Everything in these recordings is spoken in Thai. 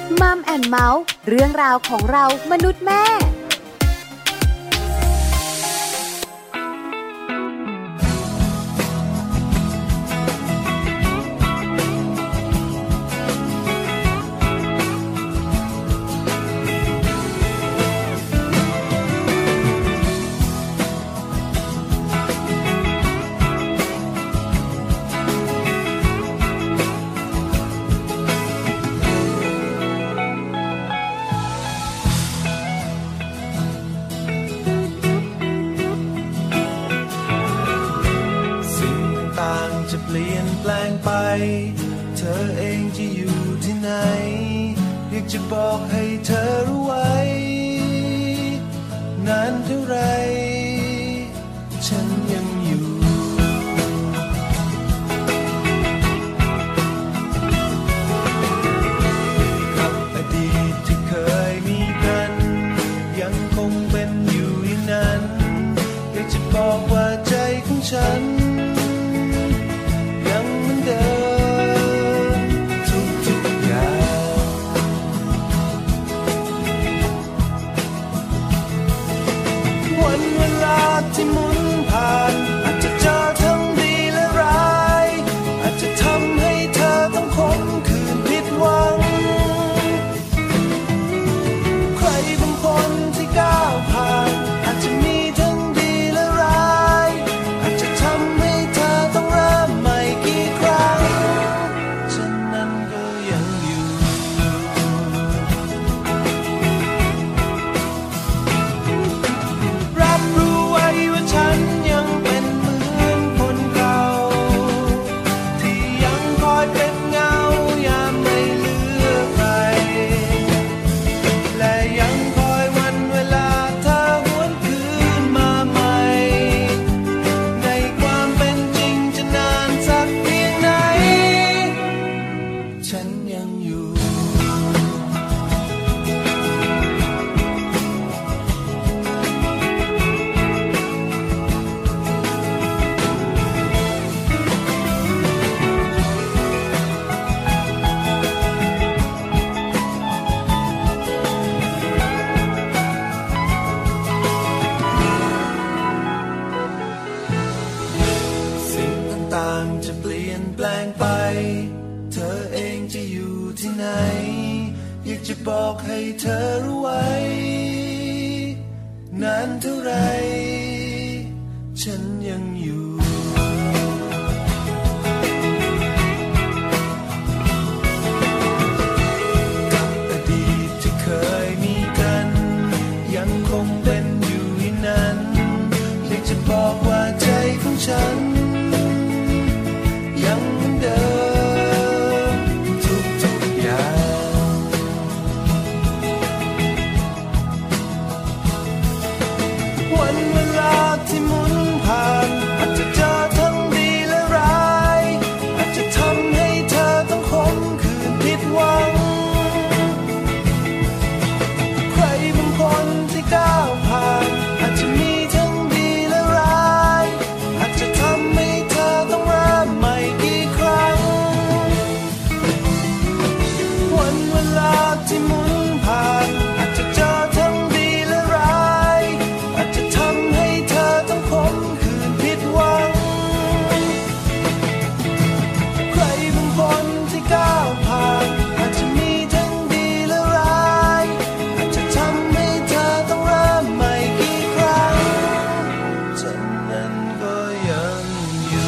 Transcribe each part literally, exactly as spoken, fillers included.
มัมแอนด์เมาส์เรื่องราวของเรามนุษย์แม่เธอเองจะอยู่ที่ไหนอยากจะบอกให้เธอรู้ไว้นานเท่าไรฉันยังอยู่กับอดีตที่เคยมีกันยังคงเป็นอยู่อย่างนั้นอยากจะบอกว่าใจของฉันยังเหมือนเดิมที่หมุนผ่านอาจจะเจอทั้งดีและร้ายอาจจะทำให้เธอต้องคมคืนผิดหวังใครบางคนที่ก้าวผ่านอาจจะมีทั้งดีและร้ายอาจจะทำให้เธอต้องเริ่มใหม่กี่ครั้งฉันนั้นก็ยังอยู่รับรู้ฉันยังเป็นเหมือนคนเก่าที่ยังคอยเป็นเงายามไม่เหลือใครและยังคอยวันเวลาเธอหวนคืนมาใหม่ในความเป็นจริงจะนานสักเพียงไหนฉันยังอยู่จะเปลี่ยนแปลงไปเธอเองจะอยู่ที่ไหนอยากจะบอกให้เธอรู้ไว้นานเท่าไรฉันยังอยู่กับอดีตที่เคยมีกันยังคงเป็นอยู่อย่างนั้นอยากจะบอกว่าใจของฉันยังเหมือนเดิมทุกๆอย่างวันเวลาที่หมุนผ่านอาจจะเจอทั้งดีและร้ายอาจจะทำให้เธอต้องคมคืนผิดหวังใครบางคนที่ก้าวผ่านอาจจะมีทั้งดีและร้ายอาจจะทำให้เธอต้องเริ่มใหม่กี่ครั้งวันเวลาที่หมุนผ่านอาจจะเจอทั้งดีและร้ายอาจจะทำให้เธอต้องคมคืนผิดหวังใครบางคนที่ก้าวผ่านอาจจะมีทั้งดีและร้ายอาจจะทำให้เธอต้องเริ่มใหม่กี่ครั้งฉันนั้นก็ยังอยู่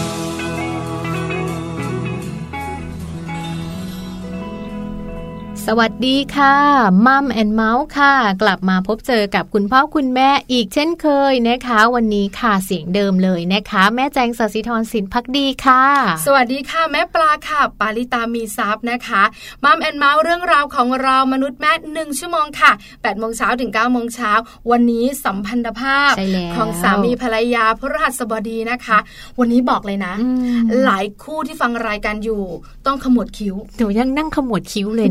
สวัสดีค่ะมัมแอนด์เมาส์ค่ะกลับมาพบเจอกับคุณพ่อคุณแม่อีกเช่นเคยนะคะวันนี้ค่ะเสียงเดิมเลยนะคะแม่แจงศศิธรสินภักดีค่ะสวัสดีค่ะแม่ปลาค่ะปาริตามีซับนะคะมัมแอนด์เมาส์เรื่องราวของเรามนุษย์แม่หนึ่งชั่วโมงค่ะ แปดโมงเช้าถึง เก้าโมงเช้าวันนี้สัมพันธภาพของสามีภรรยาพฤหัสบดีนะคะวันนี้บอกเลยนะหลายคู่ที่ฟังรายการอยู่ต้องขมวดคิ้วหนูยังนั่งขมวดคิ้วเลยเนี่ย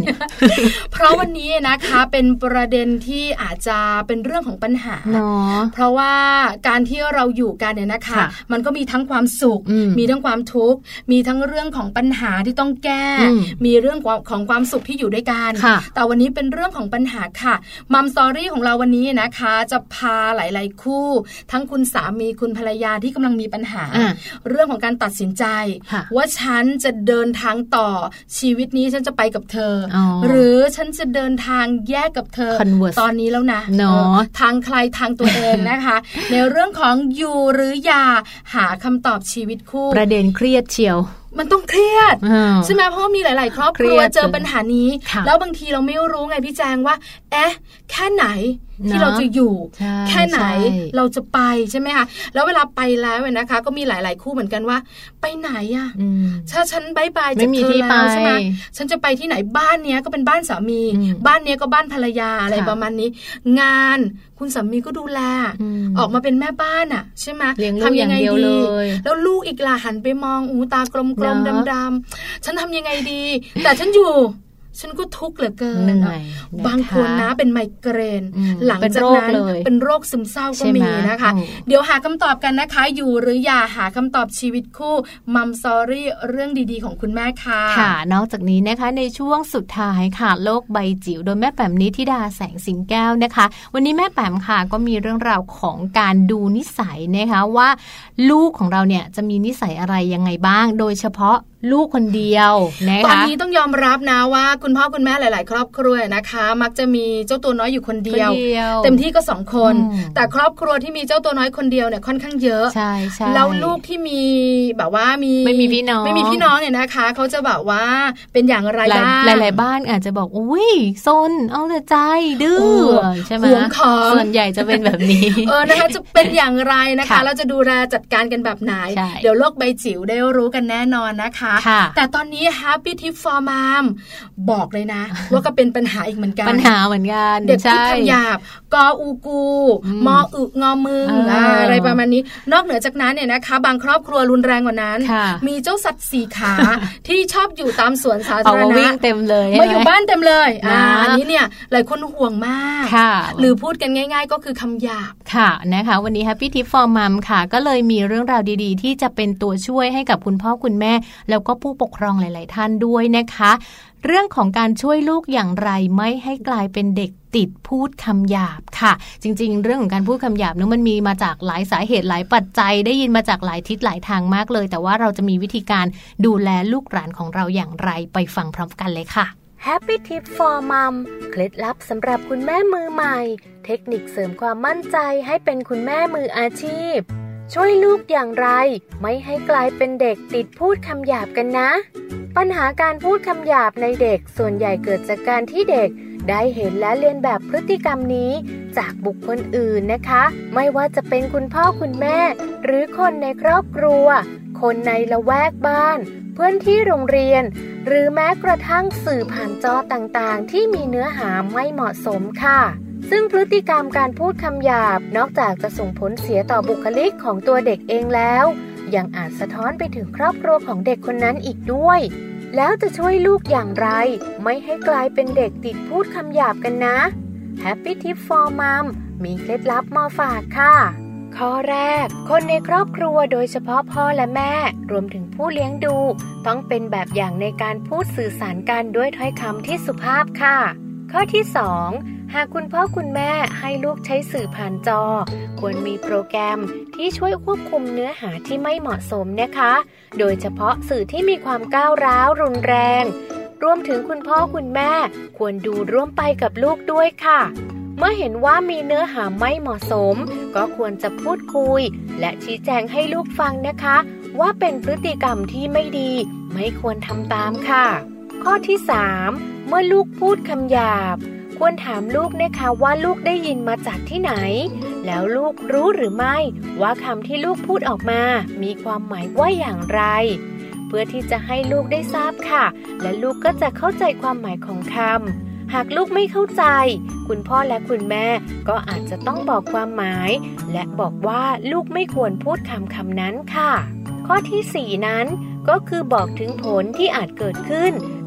เพราะวันนี้นะคะเป็นประเด็นที่อาจจะเป็นเรื่องของปัญหาเนาะเพราะว่าการที่เราอยู่กันเนี่ยนะคะมันก็มีทั้งความสุขมีทั้งความทุกข์มีทั้งเรื่องของปัญหาที่ต้องแก้มีเรื่องของความสุขที่อยู่ด้วยกันแต่วันนี้เป็นเรื่องของปัญหาค่ะมัมสตอรี่ของเราวันนี้นะคะจะพาหลายๆคู่ทั้งคุณสามีคุณภรรยาที่กำลังมีปัญหาเรื่องของการตัดสินใจว่าฉันจะเดินทางต่อชีวิตนี้ฉันจะไปกับเธอหรือฉันจะเดินทางแยกกับเธอ Converse ตอนนี้แล้วนะ no. ทางใครทางตัวเองนะคะ ในเรื่องของอยู่หรืออย่าหาคำตอบชีวิตคู่ประเด็นเครียดเชียวมันต้องเครียดใช่ไหมเพราะมีหลายๆครอบครัวเจอปัญหานี้แล้วบางทีเราไม่รู้ไงพี่แจงว่าเอ๊ะแค่ไหนที่เราจะอยู่แค่ไหนเราจะไปใช่ไหมคะแล้วเวลาไปแล้วนะคะก็มีหลายๆคู่เหมือนกันว่าไปไหนอ่ะถ้าฉันบายบายจากเธอแล้วใช่ไหมฉันจะไปที่ไหนบ้านเนี้ยก็เป็นบ้านสามีบ้านเนี้ยก็บ้านภรรยาอะไรประมาณนี้งานคุณสามีก็ดูแลออกมาเป็นแม่บ้านอ่ะใช่ไหมทำยังไงดีแล้วลูกอีกล่ะหันไปมองอูตากลมๆดำๆฉันทำยังไงดีแต่ฉันอยู่ฉันก็ทุกข์เหลือเกินบางคนนะเป็นไมเกรนหลังจากนั้นเป็นโรคซึมเศร้าก็มีนะคะเดี๋ยวหาคำตอบกันนะคะอยู่หรืออย่าหาคำตอบชีวิตคู่มัมสอรี่เรื่องดีๆของคุณแม่ค่ะค่ะนอกจากนี้นะคะในช่วงสุดท้ายค่ะโลกใบจิ๋วโดยแม่แป๋มนิธิดาแสงสิงแก้วนะคะวันนี้แม่แป๋มค่ะก็มีเรื่องราวของการดูนิสัยนะคะว่าลูกของเราเนี่ยจะมีนิสัยอะไรยังไงบ้างโดยเฉพาะลูกคนเดียวนะคะตอนนี้ต้องยอมรับนะว่าคุณพ่อคุณแม่หลายๆครอบครัวนะคะมักจะมีเจ้าตัวน้อยอยู่คนเดียวเต็มที่ก็สองคนแต่ครอบครัวที่มีเจ้าตัวน้อยคนเดียวเนี่ยค่อนข้างเยอะใช่ใช่แล้วลูกที่มีแบบว่ามีไม่มีพี่น้องไม่มีพี่น้องเนี่ยนะคะเขาจะแบบว่าเป็นอย่างไรบ้างหลายๆบ้านอาจจะบอกอุ้ยซนเอาแต่ใจดื้อใช่ไหมห่วงของส่วนใหญ่จะเป็นแบบนี้เออนะคะจะเป็นอย่างไรนะคะเราจะดูแลจัดการกันแบบไหนเดี๋ยวโลกใบจิ๋วได้รู้กันแน่นอนนะคะแต่ตอนนี้ Happy Tip for Mom บอกเลยนะ ว่าก็เป็นปัญหาอีกเหมือนกันปัญหาเหมือนกันเด็กพูดคำหยาบกออูกูมออึงอมึงอะไรประมาณนี้นอกเหนือจากนั้นเนี่ยนะคะบางครอบครัวรุนแรงกว่านั้นมีเจ้าสัตว์สี่ขาที่ชอบอยู่ตามสวนสาธารณะวิ่งเต็มเลยมาอยู่บ้านเต็มเลยอันนี้เนี่ยหลายคนห่วงมากหรือพูดกันง่ายๆก็คือคำหยาบค่ะนะคะวันนี้ Happy Tip for Mom ค่ะก็เลยมีเรื่องราวดีๆที่จะเป็นตัวช่วยให้กับคุณพ่อคุณแม่แล้วก็ผู้ปกครองหลายๆท่านด้วยนะคะเรื่องของการช่วยลูกอย่างไรไม่ให้กลายเป็นเด็กติดพูดคำหยาบค่ะจริงๆเรื่องของการพูดคำหยาบนั้นมันมีมาจากหลายสาเหตุหลายปัจจัยได้ยินมาจากหลายทิศหลายทางมากเลยแต่ว่าเราจะมีวิธีการดูแลลูกหลานของเราอย่างไรไปฟังพร้อมกันเลยค่ะ Happy Tip for Mom เคล็ดลับสำหรับคุณแม่มือใหม่เทคนิคเสริมความมั่นใจให้เป็นคุณแม่มืออาชีพช่วยลูกอย่างไรไม่ให้กลายเป็นเด็กติดพูดคำหยาบกันนะปัญหาการพูดคำหยาบในเด็กส่วนใหญ่เกิดจากการที่เด็กได้เห็นและเรียนแบบพฤติกรรมนี้จากบุคคลอื่นนะคะไม่ว่าจะเป็นคุณพ่อคุณแม่หรือคนในครอบครัวคนในละแวกบ้านเพื่อนที่โรงเรียนหรือแม้กระทั่งสื่อผ่านจอต่างๆที่มีเนื้อหาไม่เหมาะสมค่ะซึ่งพฤติกรรมการพูดคำหยาบนอกจากจะส่งผลเสียต่อบุคลิกของตัวเด็กเองแล้วยังอาจสะท้อนไปถึงครอบครัวของเด็กคนนั้นอีกด้วยแล้วจะช่วยลูกอย่างไรไม่ให้กลายเป็นเด็กติดพูดคำหยาบกันนะ Happy Tip for Mom มีเคล็ดลับมาฝากค่ะข้อแรกคนในครอบครัวโดยเฉพาะพ่อและแม่รวมถึงผู้เลี้ยงดูต้องเป็นแบบอย่างในการพูดสื่อสารกันด้วยถ้อยคำที่สุภาพค่ะข้อที่สองหากคุณพ่อคุณแม่ให้ลูกใช้สื่อผ่านจอควรมีโปรแกรมที่ช่วยควบคุมเนื้อหาที่ไม่เหมาะสมนะคะโดยเฉพาะสื่อที่มีความก้าวร้าวรุนแรงรวมถึงคุณพ่อคุณแม่ควรดูร่วมไปกับลูกด้วยค่ะเมื่อเห็นว่ามีเนื้อหาไม่เหมาะสมก็ควรจะพูดคุยและชี้แจงให้ลูกฟังนะคะว่าเป็นพฤติกรรมที่ไม่ดีไม่ควรทำตามค่ะข้อที่สามเมื่อลูกพูดคำหยาบควรถามลูกนะคะว่าลูกได้ยินมาจากที่ไหนแล้วลูกรู้หรือไม่ว่าคำที่ลูกพูดออกมามีความหมายว่าอย่างไรเพื่อที่จะให้ลูกได้ทราบค่ะและลูกก็จะเข้าใจความหมายของคำหากลูกไม่เข้าใจคุณพ่อและคุณแม่ก็อาจจะต้องบอกความหมายและบอกว่าลูกไม่ควรพูดคำคำนั้นค่ะข้อที่สี่นั้นก็คือบอกถึงผลที่อาจเกิดขึ้น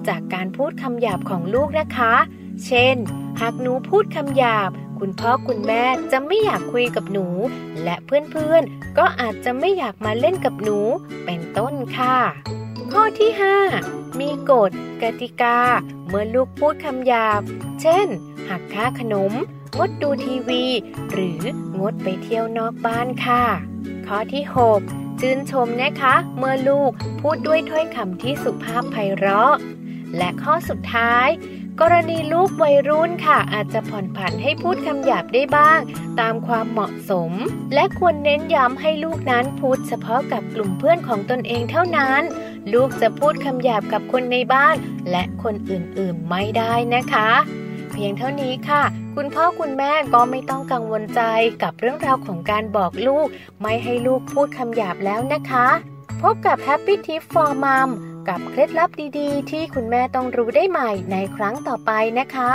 จากการพูดคำหยาบของลูกนะคะเช่นหากหนูพูดคำหยาบคุณพ่อคุณแม่จะไม่อยากคุยกับหนูและเพื่อนๆก็อาจจะไม่อยากมาเล่นกับหนูเป็นต้นค่ะข้อที่ห้ามีกฎกติกาเมื่อลูกพูดคำหยาบเช่นหักค่าขนมงดดูทีวีหรืองดไปเที่ยวนอกบ้านค่ะข้อที่หกชื่นชมนะคะเมื่อลูกพูดด้วยถ้อยคำที่สุภาพไพเราะและข้อสุดท้ายกรณีลูกวัยรุ่นค่ะอาจจะผ่อนผันให้พูดคำหยาบได้บ้างตามความเหมาะสมและควรเน้นย้ำให้ลูกนั้นพูดเฉพาะกับกลุ่มเพื่อนของตนเองเท่านั้นลูกจะพูดคำหยาบกับคนในบ้านและคนอื่นๆไม่ได้นะคะเพียงเท่านี้ค่ะคุณพ่อคุณแม่ก็ไม่ต้องกังวลใจกับเรื่องราวของการบอกลูกไม่ให้ลูกพูดคำหยาบแล้วนะคะพบกับ Happy Tip for Mom กับเคล็ดลับดีๆที่คุณแม่ต้องรู้ได้ใหม่ในครั้งต่อไปนะคะ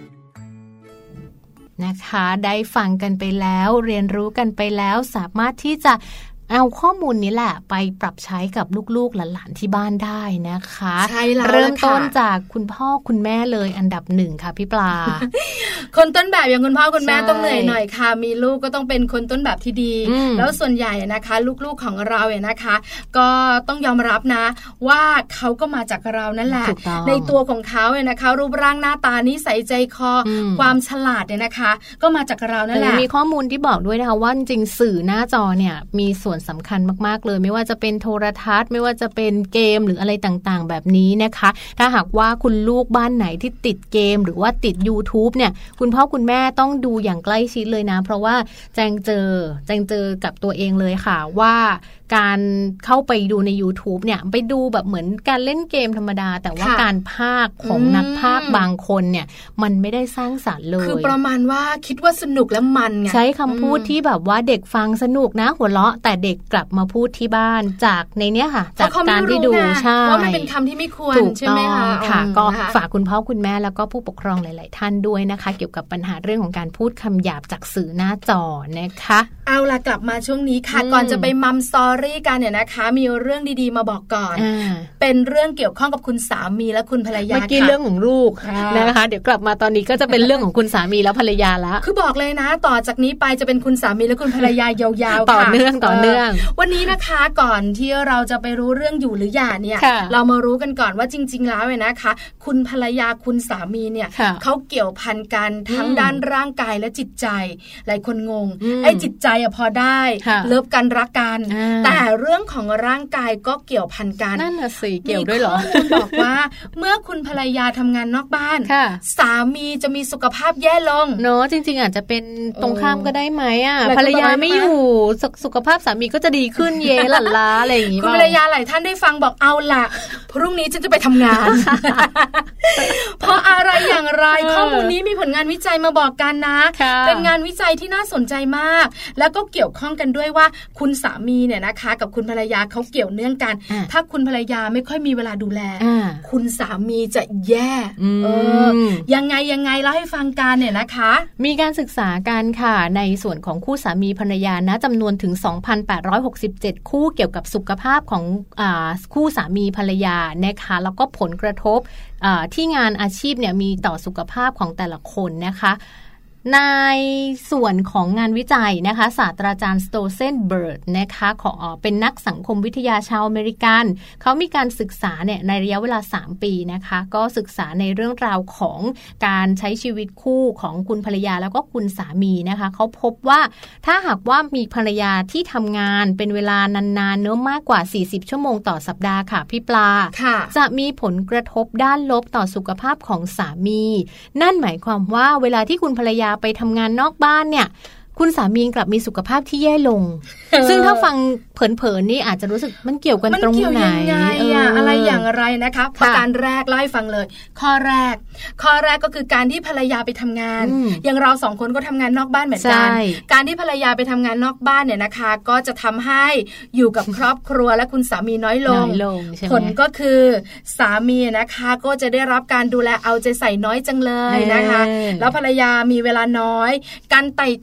นะคะได้ฟังกันไปแล้วเรียนรู้กันไปแล้วสามารถที่จะเอาข้อมูลนี้แหละไปปรับใช้กับลูกๆหลานๆที่บ้านได้นะคะใช่แล้วเริ่มต้นจากคุณพ่อคุณแม่เลยอันดับหนึ่งค่ะพี่ปลาคนต้นแบบอย่างคุณพ่อคุณแม่ต้องเหนื่อยหน่อยค่ะมีลูกก็ต้องเป็นคนต้นแบบที่ดีแล้วส่วนใหญ่นะคะลูกๆของเราเนี่ยนะคะก็ต้องยอมรับนะว่าเขาก็มาจากเรานั่นแหละในตัวของเขาเนี่ยนะคะรูปร่างหน้าตานิสัยใจคอความฉลาดเนี่ยนะคะก็มาจากเรานั่นแหละมีข้อมูลที่บอกด้วยนะคะว่าจริงๆสื่อหน้าจอเนี่ยมีส่วนสำคัญมากๆเลยไม่ว่าจะเป็นโทรทัศน์ไม่ว่าจะเป็นเกมหรืออะไรต่างๆแบบนี้นะคะถ้าหากว่าคุณลูกบ้านไหนที่ติดเกมหรือว่าติด YouTube เนี่ยคุณพ่อคุณแม่ต้องดูอย่างใกล้ชิดเลยนะเพราะว่าแจงเจอแจงเจอกับตัวเองเลยค่ะว่าการเข้าไปดูใน YouTube เนี่ยไปดูแบบเหมือนการเล่นเกมธรรมดาแต่ว่าการพากย์ของนักพากย์บางคนเนี่ยมันไม่ได้สร้างสรรค์เลยคือประมาณว่าคิดว่าสนุกและมันไงใช้คำพูดที่แบบว่าเด็กฟังสนุกนะหัวเราะแต่เด็กกลับมาพูดที่บ้านจากในเนี้ยค่ะจากการที่ดูใช่ว่ามันเป็นคำที่ไม่ควรใช่ไหมคะค่ะก็ฝากคุณพ่อคุณแม่แล้วก็ผู้ปกครองหลายๆท่านด้วยนะคะเกี่ยวกับปัญหาเรื่องของการพูดคำหยาบจากสื่อหน้าจอนะคะเอาล่ะกลับมาช่วงนี้ค่ะก่อนจะไปมัมสตอรี่กันเนี่ยนะคะมีเรื่องดีๆมาบอกก่อนเป็นเรื่องเกี่ยวข้องกับคุณสามีและคุณภรรยาค่ะเมื่อกี้เรื่องของลูกนะคะเดี๋ยวกลับมาตอนนี้ก็จะเป็นเรื่องของคุณสามีและภรรยาแล้วคือบอกเลยนะต่อจากนี้ไปจะเป็นคุณสามีและคุณภรรยายาวๆต่อเนื่องต่อเนื่องวันนี้นะคะก่อนที่เราจะไปรู้เรื่องอยู่หรือหย่าเนี่ยเรามารู้กันก่อนว่าจริงๆแล้วเนี่ยนะคะคุณภรรยาคุณสามีเนี่ยเขาเกี่ยวพันกันทั้งด้านร่างกายและจิตใจหลายคนงงไอ้จิตใจอะพอได้เลิฟกันรักกันแต่เรื่องของร่างกายก็เกี่ยวพันกันนั่นน่ะสิเกี่ยวด้วยเหรอคุณบอกว่าเมื่อคุณภรรยาทำงานนอกบ้านสามีจะมีสุขภาพแย่ลงเนาะจริงๆอาจจะเป็นตรงข้ามก็ได้ไหมอ่ะภรรยาไม่อยู่สุขภาพสามีก็จะดีขึ้นเย่หลั่นล้าอะไรอย่างงี้คุณภรรยาหลายท่านได้ฟังบอกเอาล่ะพรุ่งนี้ฉันจะไปทำงาน เพราะอะไรอย่างไรข้อมูลนี้มีผลงานวิจัยมาบอกกันนะเป็นงานวิจัยที่น่าสนใจมากแล้วก็เกี่ยวข้องกันด้วยว่าคุณสามีเนี่ยนะคะกับคุณภรรยาเขาเกี่ยวเนื่องกันถ้าคุณภรรยาไม่ค่อยมีเวลาดูแลคุณสามีจะแย่เออยังไงยังไงเล่าให้ฟังกันเนี่ยนะคะมีการศึกษากันค่ะในส่วนของคู่สามีภรรยานะจำนวนถึง สองพันแปดร้อยหกสิบเจ็ด คู่เกี่ยวกับสุขภาพของอ่าคู่สามีภรรยานะคะแล้วก็ผลกระทบที่งานอาชีพเนี่ยมีต่อสุขภาพของแต่ละคนนะคะในส่วนของงานวิจัยนะคะศาสตราจารย์สโตเซนเบิร์ดนะคะของเป็นนักสังคมวิทยาชาวอเมริกันเขามีการศึกษาเนี่ยในระยะเวลาสามปีนะคะก็ศึกษาในเรื่องราวของการใช้ชีวิตคู่ของคุณภรรยาแล้วก็คุณสามีนะคะเขาพบว่าถ้าหากว่ามีภรรยาที่ทำงานเป็นเวลานานๆเนื้อมากกว่าสี่สิบชั่วโมงต่อสัปดาห์ค่ะพี่ปลาจะมีผลกระทบด้านลบต่อสุขภาพของสามีนั่นหมายความว่าเวลาที่คุณภรรยาไปทำงานนอกบ้านเนี่ยคุณสามีกลับมีสุขภาพที่แย่ลง ซึ่งถ้าฟังเผินๆนี่อาจจะรู้สึกมันเกี่ยวกันตรงไหนอะไรอย่างไรนะคะประการแรกเล่าให้ฟังเลยข้อแรกข้อแรกก็คือการที่ภรรยาไปทำงานอย่างเราสองคนก็ทำงานนอกบ้านเหมือนกันการที่ภรรยาไปทำงานนอกบ้านเนี่ยนะคะก็จะทำให้อยู่กับครอบครัวและคุณสามีน้อยลงผลก็คือสามีนะคะก็จะได้รับการดูแลเอาใจใส่น้อยจังเลยนะคะแล้วภรรยามีเวลาน้อยการไต่ถาม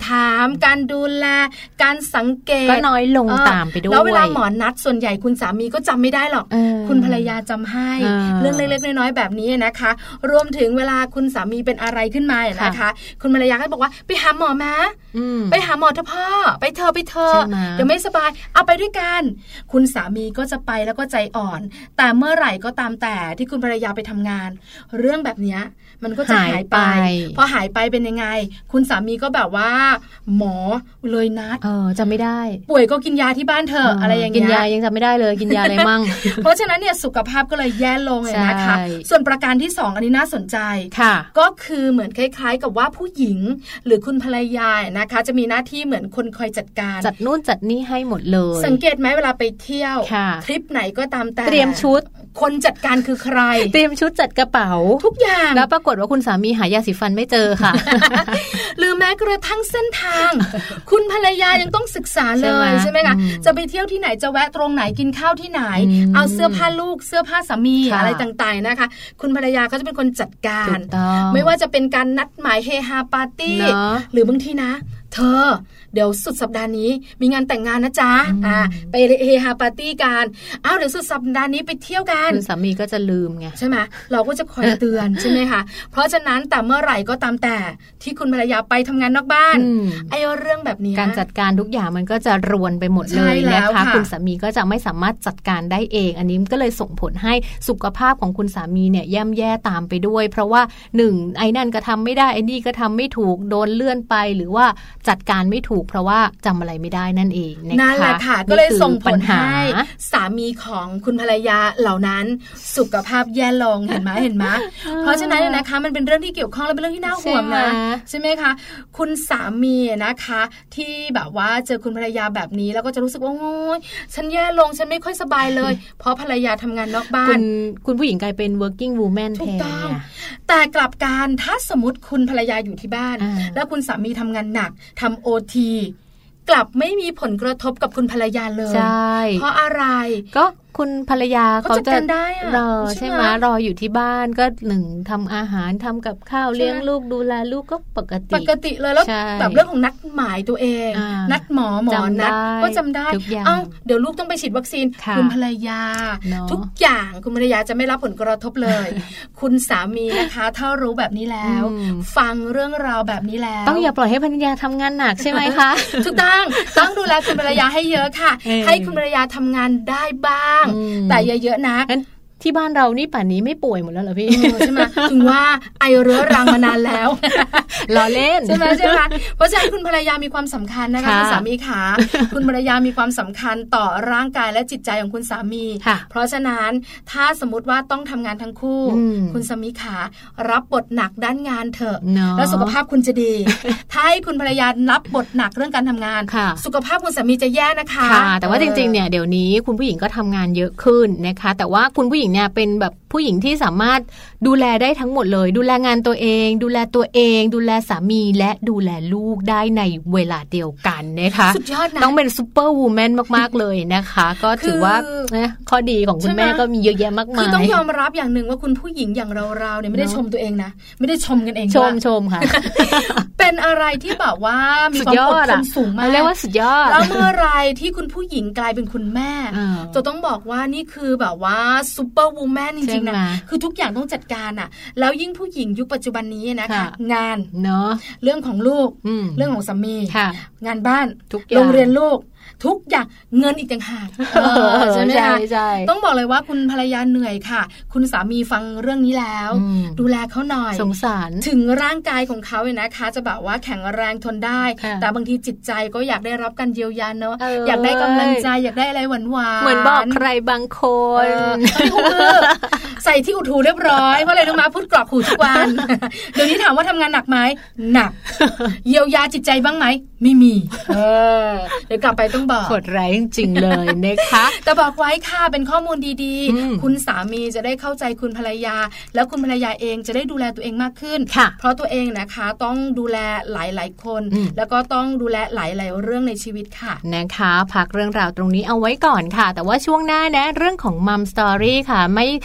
ำการดูแลการสังเกตก็น้อยลงตามไปด้วยแล้วเวลาหมอนัดส่วนใหญ่คุณสามีก็จำไม่ได้หรอกคุณภรรยาจำให้เรื่องเล็กๆน้อยๆแบบนี้นะคะรวมถึงเวลาคุณสามีเป็นอะไรขึ้นมานะคะคุณภรรยาก็บอกว่าไปหาหมอมาไปหาหมอเถอะพ่อไปเธอไปเธอเดี๋ยวไม่สบายเอาไปด้วยกันคุณสามีก็จะไปแล้วก็ใจอ่อนแต่เมื่อไหร่ก็ตามแต่ที่คุณภรรยาไปทำงานเรื่องแบบนี้มันก็จะหายไปพอหายไปเป็นยังไงคุณสามีก็แบบว่าหมอเลยนัดเออจำไม่ได้ป่วยก็กินยาที่บ้านเธอ อ, อะไรอย่างเงี้ยกินยายังจำไม่ได้เลยกินยาอะไรมั่งเพราะฉะนั้นเนี่ยสุขภาพก็เลยแย่ลงเลยนะคะส่วนประการที่สองอันนี้น่าสนใจก็คือเหมือนคล้ายๆกับว่าผู้หญิงหรือคุณภรรยานะคะจะมีหน้าที่เหมือนคนคอยจัดการจัดนู่นจัดนี่ให้หมดเลยสังเกตไหมเวลาไปเที่ยวทริปไหนก็ตามแต่เตรียมชุดคนจัดการคือใครเตรียมชุดจัดกระเป๋าทุกอย่างแล้วปรากฏว่าคุณสามีหายาสีฟันไม่เจอค่ะหรือแม้กระทั่งเส้นทาง คุณภรรยายังต้องศึกษาเลยใช่ไหมคะจะไปเที่ยวที่ไหนจะแวะตรงไหนกินข้าวที่ไหนเอาเสื้อผ้าลูกเสื้อผ้าสามีอะไรต่างๆนะคะคุณภรรยาก็จะเป็นคนจัดการไม่ว่าจะเป็นการนัดหมายเฮฮาปาร์ตี้หรือบางทีนะเธอเดี๋ยวสุดสัปดาห์นี้มีงานแต่งงานนะจ๊ะอ่าไปเฮฮาปาร์ตี้กันอ้าวเดี๋ยวสุดสัปดาห์นี้ไปเที่ยวกันคุณสามีก็จะลืมไงใช่ไหมเราก็จะคอยเตือนใช่ไหมคะเพราะฉะนั้นแต่เมื่อไหร่ก็ตามแต่ที่คุณภรรยาไปทำงานนอกบ้านไอ้เรื่องแบบนี้การจัดการทุกอย่างมันก็จะรวนไปหมดเลยนะคะคุณสามีก็จะไม่สามารถจัดการได้เองอันนี้ก็เลยส่งผลให้สุขภาพของคุณสามีเนี่ยย่ำแย่ตามไปด้วยเพราะว่าหนึ่งไอ้นั่นก็ทำไม่ได้ไอ้นี่ก็ทำไม่ถูกโดนเลื่อนไปหรือว่าจัดการไม่ถูกเพราะว่าจำอะไรไม่ได้นั่นเองนะคะนั่นแหละค่ะก็เลยส่งผลให้สามีของคุณภรรยาเหล่านั้นสุขภาพแย่ลงเห็นไหมเห็นไหมเพราะฉะนั้นนะคะมันเป็นเรื่องที่เกี่ยวข้องและเป็นเรื่องที่น่าห่วงนะใช่ไหมคะคุณสามีนะคะที่แบบว่าเจอคุณภรรยาแบบนี้แล้วก็จะรู้สึกว่าโอ๊ยฉันแย่ลงฉันไม่ค่อยสบายเลยเพราะภรรยาทำงานนอกบ้านคุณคุณผู้หญิงกลายเป็น working woman แทนเนี่ยแต่กลับกันถ้าสมมติคุณภรรยาอยู่ที่บ้านแล้วคุณสามีทำงานหนักทำโอทีกลับไม่มีผลกระทบกับคุณภรรยาเลยเพราะอะไรก็คุณภรรยาเขาจะรอใช่ไหมรออยู่ที่บ้านก็หนึ่งทำอาหารทำกับข้าวเลี้ยงลูกดูแลลูกก็ปกติปกติเลยแล้วแบบเรื่องของนัดหมายตัวเองนัดหมอหมอนัดก็จำได้เอ้าเดี๋ยวลูกต้องไปฉีดวัคซีนคุณภรรยาทุกอย่างคุณภรรยาจะไม่รับผลกระทบเลยคุณสามีนะคะถ้ารู้แบบนี้แล้วฟังเรื่องราวแบบนี้แล้วต้องอย่าปล่อยให้ภรรยาทำงานหนักใช่ไหมคะถูกต้องต้องดูแลคุณภรรยาให้เยอะค่ะให้คุณภรรยาทำงานได้บ้างแต่เยอะๆนะที่บ้านเรานี่ป่านนี้ไม่ป่วยหมดแล้วเหรอพี่ใช่ไหมถึงว่าไอเรื้อรังมานานแล้วล้อเล่นใช่ไหมใช่ไหมเพราะฉะนั้นคุณภรรยามีความสำคัญนะคะคุณสามีขาคุณภรรยามีความสำคัญต่อร่างกายและจิตใจของคุณสามีเพราะฉะนั้นถ้าสมมติว่าต้องทำงานทั้งคู่คุณสามีขารับบทหนักด้านงานเถอะแล้วสุขภาพคุณจะดีถ้าให้คุณภรรยารับบทหนักเรื่องการทำงานสุขภาพคุณสามีจะแย่นะคะแต่ว่าจริงๆเนี่ยเดี๋ยวนี้คุณผู้หญิงก็ทำงานเยอะขึ้นนะคะแต่ว่าคุณผู้หญิงเนี่ยเป็นแบบผู้หญิงที่สามารถดูแลได้ทั้งหมดเลยดูแลงานตัวเองดูแลตัวเองดูแลสามีและดูแลลูกได้ในเวลาเดียวกันนะคะสุดยอดนะต้องเป็นซูเปอร์วูแมนมากๆเลยนะคะก็ถือว่าข้อดีของคุณแม่ก็มีเยอะแยะมากมายคือต้องยอมรับอย่างหนึ่งว่าคุณผู้หญิงอย่างเราๆเนี่ยไม่ได้ชมตัวเองนะไม่ได้ชมกันเองชมชมค่ะเป็นอะไรที่แบบว่ามีความอดทนสูงมากเรียกว่าสุดยอดแล้วเมื่อไรที่คุณผู้หญิงกลายเป็นคุณแม่จะต้องบอกว่านี่คือแบบว่าซูเปอร์วูแมนจริงๆนะคือทุกอย่างต้องจัดการอ่ะแล้วยิ่งผู้หญิงยุคปัจจุบันนี้นะคะงานเนาะเรื่องของลูกเรื่องของสามีงานบ้านโรงเรียนลูกทุกอย่างเงินอีกต่างหากใช่ไหมคะต้องบอกเลยว่าคุณภรรยาเหนื่อยค่ะคุณสามีฟังเรื่องนี้แล้วดูแลเขาหน่อยสงสารถึงร่างกายของเขาเนี่ยนะคะจะแบบว่าแข็งแรงทนได้แต่บางทีจิตใจก็อยากได้รับการเยียวยาเนาะอยากได้กำลังใจอยากได้อะไรหวานหวานเหมือนบอกใครบางคนใส่ที่อุดหูเรียบร้อยเพราะอะไรรู้ไหมพูดกรอกหูทุกวันเดี๋ยวนี้ถามว่าทำงานหนักไหมหนักเยียวยาจิตใจบ้างไหมไม่มีเออเดี๋ยวกลับไปต้องบอกโหดร้ายจริงๆเลยนะคะแต่บอกไว้ค่ะเป็นข้อมูลดีๆคุณสามีจะได้เข้าใจคุณภรรยาแล้วคุณภรรยาเองจะได้ดูแลตัวเองมากขึ้นเพราะตัวเองนะคะต้องดูแลหลายๆคนแล้วก็ต้องดูแลหลายๆเรื่องในชีวิตค่ะนะคะพักเรื่องราวตรงนี้เอาไว้ก่อนค่ะแต่ว่าช่วงหน้านะเรื่องของมัมสตอรี่ค่ะไม่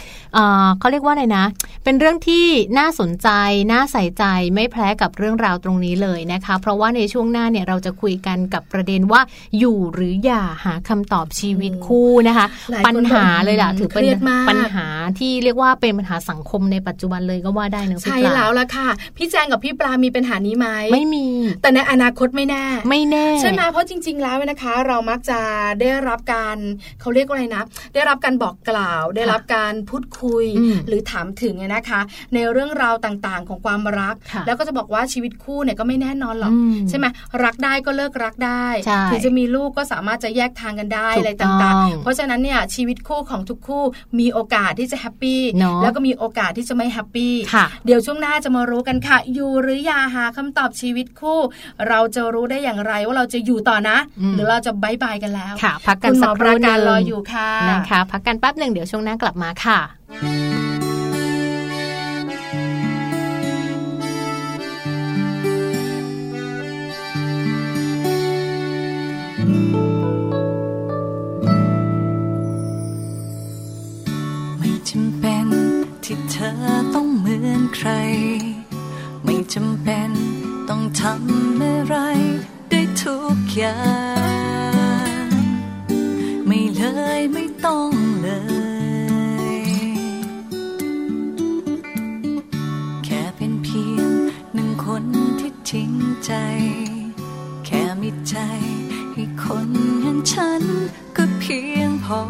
อเขาเรียกว่าอะไรนะเป็นเรื่องที่น่าสนใจน่าใส่ใจไม่แพ้กับเรื่องราวตรงนี้เลยนะคะเพราะว่าในช่วงหน้าเนี่ยเราจะคุยกันกับประเด็นว่าอยู่หรืออย่าหาคำตอบชีวิตคู่นะคะปัญหาเลยล่ะถือเป็นปัญหาที่เรียกว่าเป็นปัญหาสังคมในปัจจุบันเลยก็ว่าได้นะพี่ปลาใช่แล้วล่ะค่ะพี่แจงกับพี่ปลามีปัญหานี้ไหมไม่มีแต่ในอนาคตไม่แน่ไม่แน่ใช่ไหมเพราะจริงๆแล้วนะคะเรามักจะได้รับการเขาเรียกว่าอะไรนะได้รับการบอกกล่าวได้รับการพูดคุยหรือถามถึงนะคะในเรื่องราวต่างๆของความรักแล้วก็จะบอกว่าชีวิตคู่เนี่ยก็ไม่แน่นอนหรอกใช่ไหมรักได้ก็เลิกรักได้ถึงจะมีลูกก็สามารถจะแยกทางกันได้อะไรต่างๆเพราะฉะนั้นเนี่ยชีวิตคู่ของทุกคู่มีโอกาสที่จะแฮปปี้แล้วก็มีโอกาสที่จะไม่แฮปปี้เดี๋ยวช่วงหน้าจะมารู้กันค่ะอยู่หรืออย่าหาคำตอบชีวิตคู่เราจะรู้ได้อย่างไรว่าเราจะอยู่ต่อนะหรือเราจะบายบายกันแล้วค่ะพักกันสักครู่นึงรออยู่ค่ะนะคะพักกันแป๊บนึงเดี๋ยวช่วงหน้ากลับมาค่ะไม่จำเป็นที่เธอต้องเหมือนใครไม่จำเป็นต้องทำอะไรได้ทุกอย่างไม่เลยไม่ต้องเลยแค่เป็นเพียงหนึ่งคนที่จริงใจแค่มีใจให้คนอย่างฉันก็เพียงพอ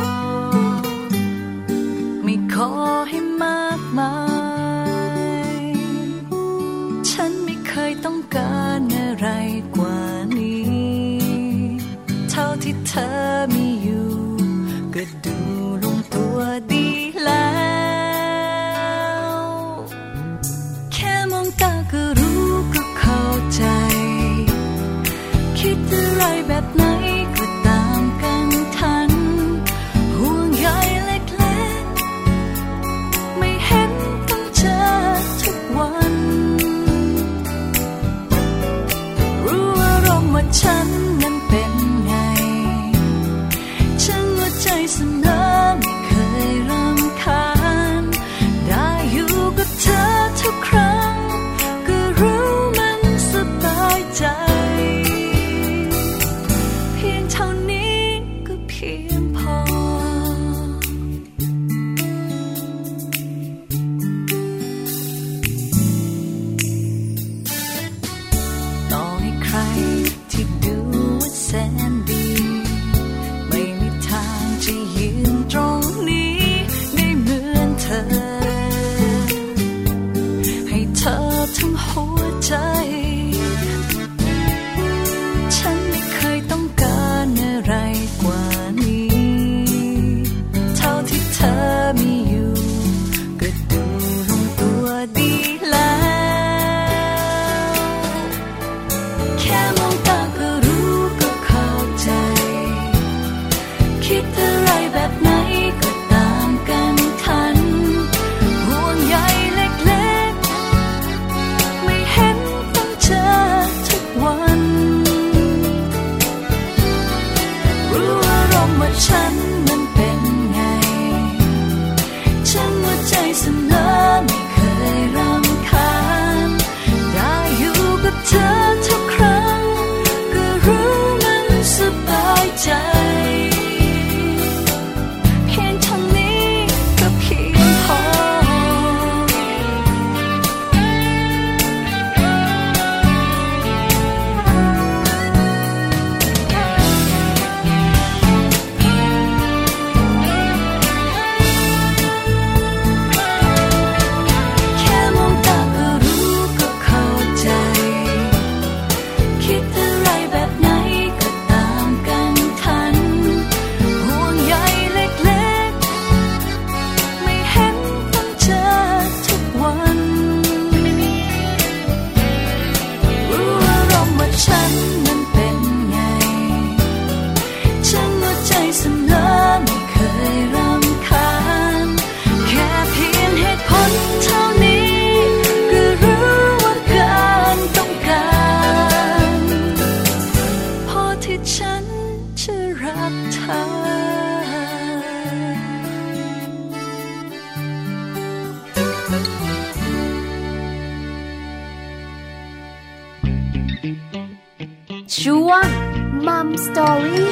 ไม่ขอให้มากมายฉันไม่เคยต้องการอะไรกว่านี้เท่าที่เธอมีอยู่ก็ดูลงตัวดีแล้วแค่มองตาก็รู้ก็เข้าใจคิดอะไรแบบไหนก็ตามกันทันห่วงใยเล็กๆไม่เห็นช่วงมัมสตอรี่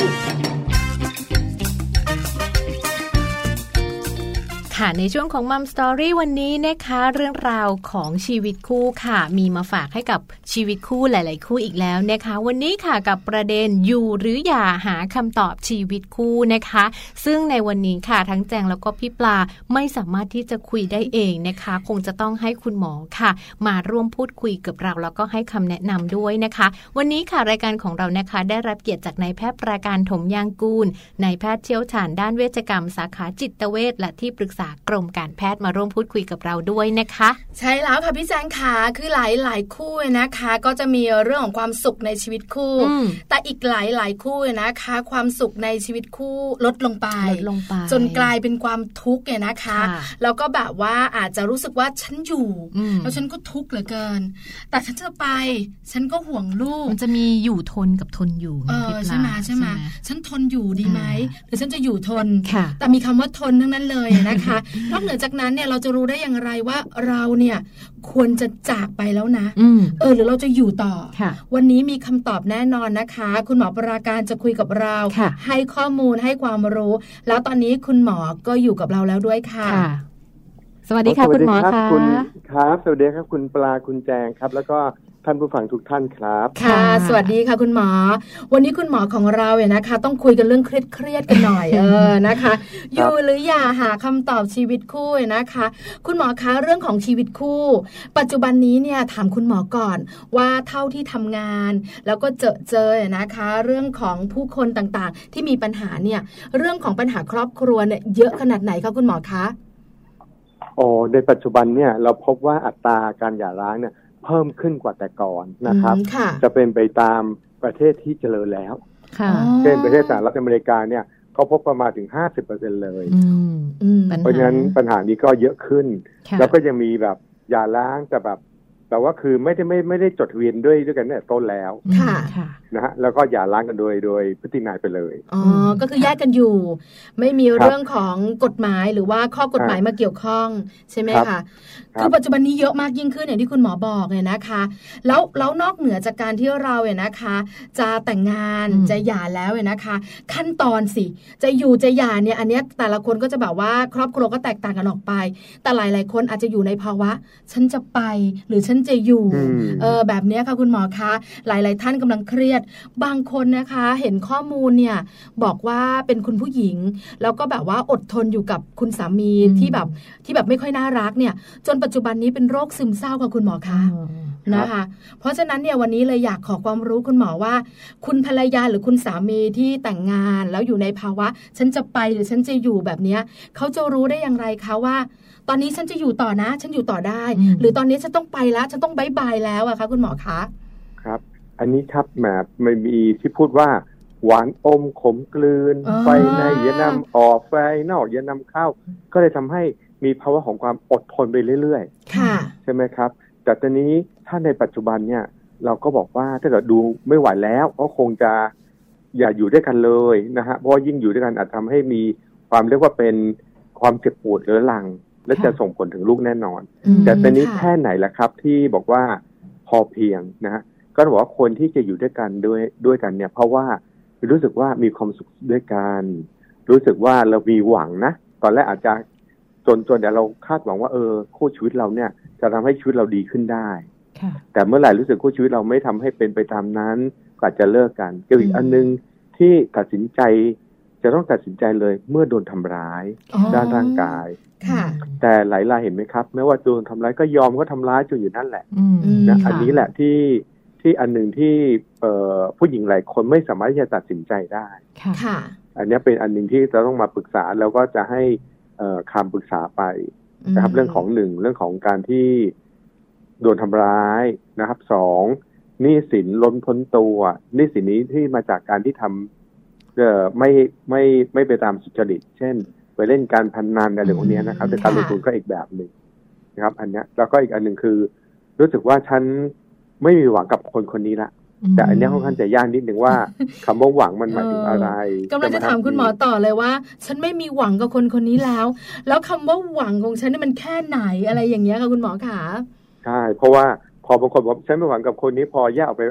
ค่ะในช่วงของ Mum Story วันนี้นะคะเรื่องราวของชีวิตคู่ค่ะมีมาฝากให้กับชีวิตคู่หลายๆคู่อีกแล้วนะคะวันนี้ค่ะกับประเด็นอยู่หรืออย่าหาคำตอบชีวิตคู่นะคะซึ่งในวันนี้ค่ะทั้งแจงแล้วก็พี่ปลาไม่สามารถที่จะคุยได้เองนะคะคงจะต้องให้คุณหมอค่ะมาร่วมพูดคุยกับเราแล้วก็ให้คำแนะนำด้วยนะคะวันนี้ค่ะรายการของเรานะคะได้รับเกียรติจากนายแพทย์ประการถมยางกูลนายแพทย์เชี่ยวชาญด้านเวชกรรมสาขาจิตเวชและที่ปรึกษากรมการแพทย์มาร่วมพูดคุยกับเราด้วยนะคะใช่แล้วค่ะพี่แจงค่ะคือหลายหลายคู่นะคะก็จะมีเรื่องของความสุขในชีวิตคู่แต่อีกหลายหลายคู่นะคะความสุขในชีวิตคู่ลดลงไปลดลงไปจนกลายเป็นความทุกข์เนี่ยนะคะแล้วก็แบบว่าอาจจะรู้สึกว่าฉันอยู่แล้วฉันก็ทุกข์เหลือเกินแต่ฉันจะไปฉันก็ห่วงลูกมันจะมีอยู่ทนกับทนอยู่เออใช่ไหมใช่ไหมฉันทนอยู่ดีไหมหรือฉันจะอยู่ทนแต่มีคำว่าทนทั้งนั้นเลยนะคะนอกเหนือจากนั้นเนี่ยเราจะรู้ได้อย่างไรว่าเราเนี่ยควรจะจากไปแล้วนะเออหรือเราจะอยู่ต่อวันนี้มีคำตอบแน่นอนนะคะคุณหมอปราการจะคุยกับเราให้ข้อมูลให้ความรู้แล้วตอนนี้คุณหมอก็อยู่กับเราแล้วด้วยค่ะสวัสดีค่ะคุณหมอค่ะครับสวัสดีครับคุณปลาคุณแจงครับแล้วก็ท่านผู้ฟังทุกท่านครับค่ะสวัสดีค่ะคุณหมอวันนี้คุณหมอของเราเนี่ยนะคะต้องคุยกันเรื่องเครียดๆกันหน่อยเออนะคะอยู่หรืออย่าหาคำตอบชีวิตคู่นะคะคุณหมอคะเรื่องของชีวิตคู่ปัจจุบันนี้เนี่ยถามคุณหมอก่อนว่าเท่าที่ทำงานแล้วก็เจอเจอนะคะเรื่องของผู้คนต่างๆที่มีปัญหาเนี่ยเรื่องของปัญหาครอบครัวเนี่ยเยอะขนาดไหนคะคุณหมอคะโอ้ในปัจจุบันเนี่ยเราพบว่าอัตราการหย่าร้างเนี่ยเพิ่มขึ้นกว่าแต่ก่อนนะครับจะเป็นไปตามประเทศที่เจริญแล้วเช่นประเทศสหรัฐอเมริกาเนี่ยเขาพบประมาณถึง ห้าสิบเปอร์เซ็นต์ เลยเพราะฉะนั้นปัญหานี้ก็เยอะขึ้นแล้วก็ยังมีแบบหย่าร้างแต่แบบแต่ว่าคือไม่ได้ไม่ไม่ได้จดทะเบียนด้วยด้วยกันเนี่ยต้นแล้วนะฮะแล้วก็หย่าร้างกันโดยโดยพฤตินัยไปเลยอ๋อก็คือแยกกันอยู่ไม่มีเรื่องของกฎหมายหรือว่าข้อกฎหมายมาเกี่ยวข้องใช่ไหมคะคือปัจจุบันนี้เยอะมากยิ่งขึ้นอย่างที่คุณหมอบอกเลยนะคะแล้วแล้วนอกเหนือจากการที่เราเนี่ยนะคะจะแต่งงานจะหย่าแล้วเนี่ยนะคะขั้นตอนสิจะอยู่จะหย่าเนี่ยอันเนี้ยแต่ละคนก็จะแบบว่าครอบครัวก็แตกต่างกันออกไปแต่หลายๆคนอาจจะอยู่ในภาวะฉันจะไปหรือฉันจะอยู่เออแบบนี้ค่ะคุณหมอคะหลายๆท่านกำลังเครียดบางคนนะคะเห็นข้อมูลเนี่ยบอกว่าเป็นคุณผู้หญิงแล้วก็แบบว่าอดทนอยู่กับคุณสามีที่แบบที่แบบไม่ค่อยน่ารักเนี่ยจนปัจจุบันนี้เป็นโรคซึมเศร้าค่ะคุณหมอคะนะคะเพราะฉะนั้นเนี่ยวันนี้เลยอยากขอความรู้คุณหมอว่าคุณภรรยาหรือคุณสามีที่แต่งงานแล้วอยู่ในภาวะฉันจะไปหรือฉันจะอยู่แบบนี้เขาจะรู้ได้อย่างไรคะว่าตอนนี้ฉันจะอยู่ต่อนะฉันอยู่ต่อได้หรือตอนนี้ฉันต้องไปแล้วฉันต้องบายบายแล้วอะคะคุณหมอคะครับอันนี้ครับแหมไม่มีที่พูดว่าหวานอมขมกลืนไฟในอย่านำออกไฟนอกอย่านำเข้าก็เลยทำให้มีภาวะของความอดทนไปเรื่อยๆใช่ไหมครับแต่ตอนนี้ถ้าในปัจจุบันเนี่ยเราก็บอกว่าถ้าเกิดดูไม่ไหวแล้วก็คงจะอย่าอยู่ด้วยกันเลยนะฮะเพราะยิ่งอยู่ด้วยกันอาจทำให้มีความเรียกว่าเป็นความเจ็บปวดเรื้อรังและจะส่งผลถึงลูกแน่นอนแต่ตอนนี้แค่ไหนล่ะครับที่บอกว่าพอเพียงนะฮะก็บอกว่าคนที่จะอยู่ด้วยกันด้วยด้วยกันเนี่ยเพราะว่ารู้สึกว่ามีความสุขด้วยกันรู้สึกว่าเรามีหวังนะตอนแรกอาจจะจนจนเดี๋ยวเราคาดหวังว่าเออคู่ชีวิตเราเนี่ยจะทำให้ชีวิตเราดีขึ้นได้แต่เมื่อไหร่รู้สึกคู่ชีวิตเราไม่ทำให้เป็นไปตามนั้นก็อาจจะเลิกกันก็อีกอันนึงที่ตัดสินใจจะต้องตัดสินใจเลยเมื่อโดนทำร้ายด้านร่างกายแต่หลายรายเห็นไหมครับแม้ว่าโดนทำร้ายก็ยอมก็ทำร้ายจนอยู่นั่นแหละนะอันนี้แหละที่ที่อันหนึ่งที่ผู้หญิงหลายคนไม่สามารถที่จะตัดสินใจได้อันนี้เป็นอันหนึ่งที่เราต้องมาปรึกษาแล้วก็จะให้คำปรึกษาไปนะครับเรื่องของหนึ่งเรื่องของการที่โดนทำร้ายนะครับสองหนี้สินล้นพ้นตัวหนี้สินนี้ที่มาจากการที่ทำเอ่อไม่ไม่ไม่ไปตามสุจริตเช่นไปเล่นการพนันอะไรพวกนี้นะครับแต่การลงทุนก็อีกแบบหนึ่งนะครับอันนี้แล้วก็อีกอันหนึ่งคือรู้สึกว่าฉันไม่มีหวังกับคนคนนี้ละแต่อันนี้ค่อนข้างจะยากนิดนึงว่าคำว่าหวังมันหมายถึงอะไรกำลังจะถามคุณหมอต่อเลยว่าฉันไม่มีหวังกับคนคนนี้แล้วแล้วคำว่าหวังของฉันนี่มันแค่ไหนอะไรอย่างเงี้ยค่ะคุณหมอคะใช่เพราะว่าพอบางคนบอกฉันไม่หวังกับคนนี้พอแยกออกไปอ้าว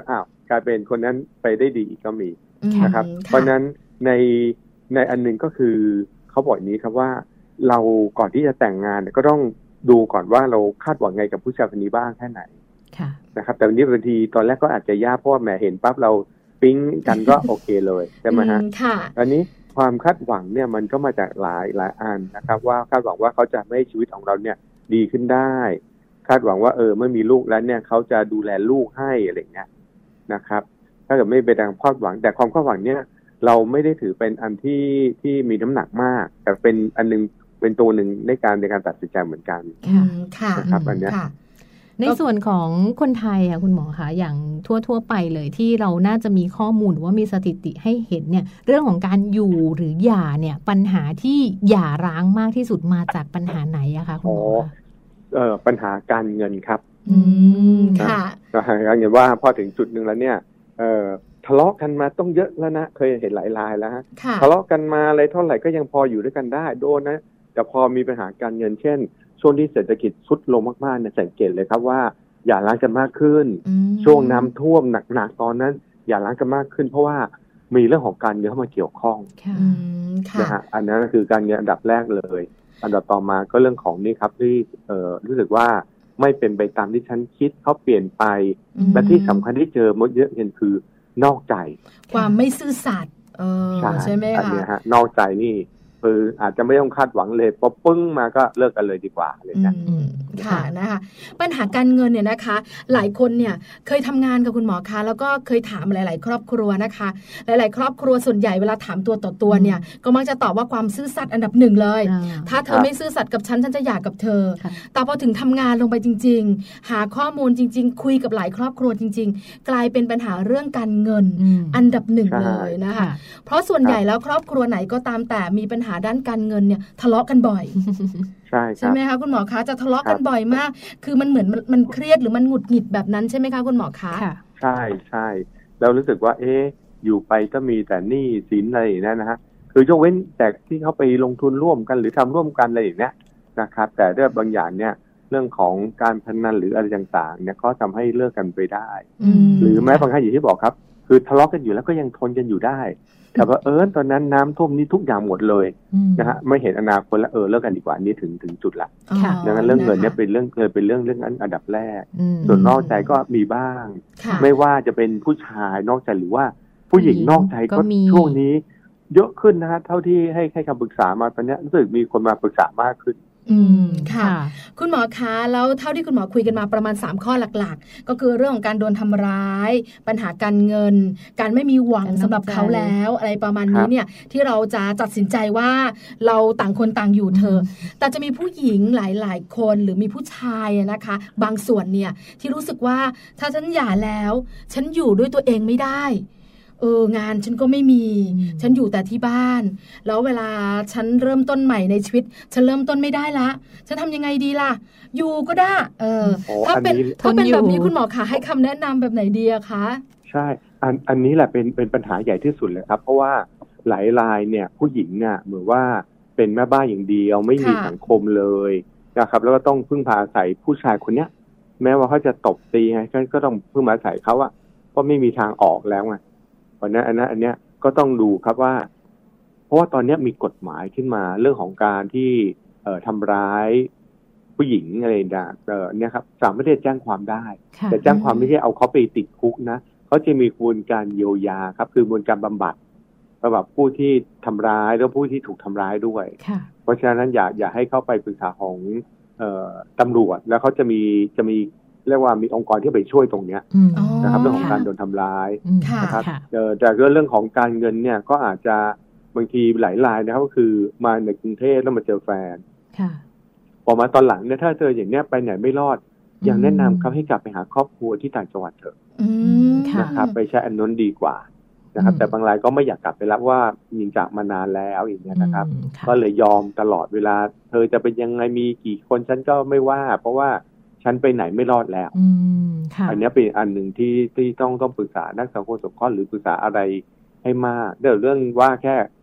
กลายเป็นคนนั้นไปได้ดีก็มีนะครับเพราะนั้นในในอันนึงก็คือเขาบอกนี้ครับว่าเราก่อนที่จะแต่งงานก็ต้องดูก่อนว่าเราคาดหวังไงกับผู้ชายคนนี้บ้างแค่ไหนนะครับแต่วันนี้บางทีตอนแรกก็อาจจะยากเพราะว่าแหมเห็นปั๊บเราปิ๊งกันก็โอเคเลยใช่ไหมฮะอันนี้ความคาดหวังเนี่ยมันก็มาจากหลายหลายอันนะครับว่าคาดหวังว่าเขาจะให้ชีวิตของเราเนี่ยดีขึ้นได้คาดหวังว่าเออเมื่อมีลูกแล้วเนี่ยเขาจะดูแลลูกให้อะไรเงี้ยนะครับถ้าเกิดไม่ไปดังคาดหวังแต่ความคาดหวังเนี่ยเราไม่ได้ถือเป็นอันที่ที่มีน้ำหนักมากแต่เป็นอันนึงเป็นตัวหนึ่งในการในการตัดสินใจเหมือนกันค่ะนะครับอันนี้ในส่วนของคนไทยค่ะคุณหมอคะอย่างทั่วๆไปเลยที่เราน่าจะมีข้อมูลหรือว่ามีสถิติให้เห็นเนี่ยเรื่องของการอยู่หรือหย่าเนี่ยปัญหาที่หย่าร้างมากที่สุดมาจากปัญหาไหนอะคะคุณหมอเอ่อปัญหาการเงินครับอืมค่ะการเงินว่าพอถึงจุดนึงแล้วเนี่ยเอ่อทะเลาะกันมาต้องเยอะแล้วนะเคยเห็นหลายรายแล้วฮะทะเลาะกันมาอะไรเท่าไหร่ก็ยังพออยู่ด้วยกันได้โดนนะแต่พอมีปัญหาการเงินเช่นช่วงที่เศรษฐกิจทรุดลงมากๆเนี่ยสังเกตเลยครับว่าอย่าร้างกันมากขึ้นช่วงน้ำท่วมหนักๆตอนนั้นอย่าร้างกันมากขึ้นเพราะว่ามีเรื่องของการเงินเข้ามาเกี่ยวข้องนะฮะอันนั้นคือการเงินอันดับแรกเลยอันดับต่อมาก็เรื่องของนี่ครับที่เอ่อรู้สึกว่าไม่เป็นไปตามที่ฉันคิดเขาเปลี่ยนไปและที่สำคัญที่เจอมดเยอะเห็นคือนอกใจความไม่ซื่อสัตย์เออใช่ไหมคะอันนี้ฮะนอกใจนี่คืออาจจะไม่ต้องคาดหวังเลยพอปึ้งมาก็เลิกกันเลยดีกว่าเลยนะค่ะนะคะปัญหาการเงินเนี่ยนะคะหลายคนเนี่ยเคยทำงานกับคุณหมอคะแล้วก็เคยถามหลายๆครอบครัวนะคะหลายๆครอบครัวส่วนใหญ่เวลาถามตัวต่อตัวเนี่ยก็มักจะตอบว่าความซื่อสัตย์อันดับหนึ่งเลยถ้าเธอไม่ซื่อสัตย์กับฉันฉันจะหย่ากับเธอแต่พอถึงทำงานลงไปจริงๆหาข้อมูลจริงๆคุยกับหลายครอบครัวจริงๆกลายเป็นปัญหาเรื่องการเงินอันดับหนึ่งเลยนะคะเพราะส่วนใหญ่แล้วครอบครัวไหนก็ตามแต่มีปัญหาด้านการเงินเนี่ยทะเลาะกันบ่อยใช่ใช่ไหมคะคุณหมอคะจะทะเลาะกันบ่อยมากคือมันเหมือนมันเครียดหรือมันหงุดหงิดแบบนั้นใช่ไหมคะคุณหมอคะใช่ใช่เรารู้สึกว่าเอ๊ะอยู่ไปก็มีแต่หนี้สินอะไรอย่างนี้นะฮะคือยกเว้นแต่ที่เขาไปลงทุนร่วมกันหรือทำร่วมกันอะไรอย่างเนี้ยนะครับแต่เรื่องบางอย่างเนี่ยเรื่องของการพนันหรืออะไรต่างๆเนี่ยก็ทำให้เลิกกันไปได้หรือแม้บางครั้งอย่างที่บอกครับคือทะเลาะกันอยู่แล้วก็ยังทนกันอยู่ได้แต่ว่าเออตอนนั้นน้ำท่วมนี่ทุกอย่างหมดเลยนะฮะไม่เห็นอนาคตแล้วเออเลิกกันดีกว่านี่ถึงถึงจุดละดังนั้นเรื่องเงินเนี่ยเป็นเรื่องเงินเป็นเรื่องเรื่องอันดับแรกส่วนนอกใจก็มีบ้างไม่ว่าจะเป็นผู้ชายนอกใจหรือว่าผู้หญิงนอกใจก็ช่วงนี้เยอะขึ้นนะฮะเท่าที่ให้ให้คำปรึกษามาตอนนี้รู้สึกมีคนมาปรึกษามากขึ้นอืมค่ะคุณหมอคะแล้วเท่าที่คุณหมอคุยกันมาประมาณสามข้อหลักๆก็คือเรื่องของการโดนทำร้ายปัญหาการเงินการไม่มีหวังสำหรับเขาแล้วอะไรประมาณนี้เนี่ยที่เราจะตัดสินใจว่าเราต่างคนต่างอยู่เธอแต่จะมีผู้หญิงหลายๆคนหรือมีผู้ชายนะคะบางส่วนเนี่ยที่รู้สึกว่าถ้าฉันหย่าแล้วฉันอยู่ด้วยตัวเองไม่ได้เอองานฉันก็ไม่มีฉันอยู่แต่ที่บ้านแล้วเวลาฉันเริ่มต้นใหม่ในชีวิตฉันเริ่มต้นไม่ได้ละฉันทำยังไงดีล่ะอยู่ก็ได้เออถ้าเป็นถ้าเป็นแบบนี้คุณหมอคะให้คำแนะนำแบบไหนดีอะคะใช่อันอันนี้แหละเป็นเป็นปัญหาใหญ่ที่สุดเลยครับเพราะว่าหลายรายเนี่ยผู้หญิงเนี่ยเหมือนว่าเป็นแม่บ้านอย่างเดียวไม่มีสังคมเลยนะครับแล้วก็ต้องพึ่งพาอาศัยผู้ชายคนเนี้ยแม้ว่าเขาจะตบตีไงก็ต้องพึ่งพาอาศัยเขาอะเพราะไม่มีทางออกแล้วไงเพราะนั้นอันนั้นอันเนี้ยก็ต้องดูครับว่าเพราะว่าตอนนี้มีกฎหมายขึ้นมาเรื่องของการที่เอ่อทำร้ายผู้หญิงอะไรต่างๆเอ่อเนี่ยครับสามารถแจ้งความได้แต่แจ้งความไม่ใช่เอาเขาไปติดคุกนะเขาจะมีกระบวนการเยียวยาครับคือกระบวนการบำบัดสำหรับผู้ที่ทำร้ายแล้วผู้ที่ถูกทำร้ายด้วยเพราะฉะนั้นอย่าอย่าให้เข้าไปปรึกษาของเอ่อตำรวจแล้วเขาจะมีจะมีเรียกว่ามีองค์กรที่ไปช่วยตรงเนี้ยนะครับเรื่องของการโดนทำร้ายนะครับแต่เรื่องของการเงินเนี่ยก็อาจจะบางทีหลายรายนะครับก็คือมาในกรุงเทพแล้วมาเจอแฟนพอมาตอนหลังเนี่ยถ้าเจออย่างเนี้ยไปไหนไม่รอดยังแนะนำเขาให้กลับไปหาครอบครัวที่ต่างจังหวัดเถอะนะครับไปใช้อันนั้นดีกว่านะครับแต่บางรายก็ไม่อยากกลับไปรับว่ายิงจากมานานแล้วอย่างเงี้ยนะครับก็เลยยอมตลอดเวลาเธอจะเป็นยังไงมีกี่คนฉันก็ไม่ว่าเพราะว่าฉันไปไหนไม่รอดแล้วอันนี้เป็นอันหนึ่งที่ที่ต้องต้องปรึกษานักสังคมสงเคราะห์หรือปรึกษาอะไรให้มากเดี๋ยวเรื่องว่าแค่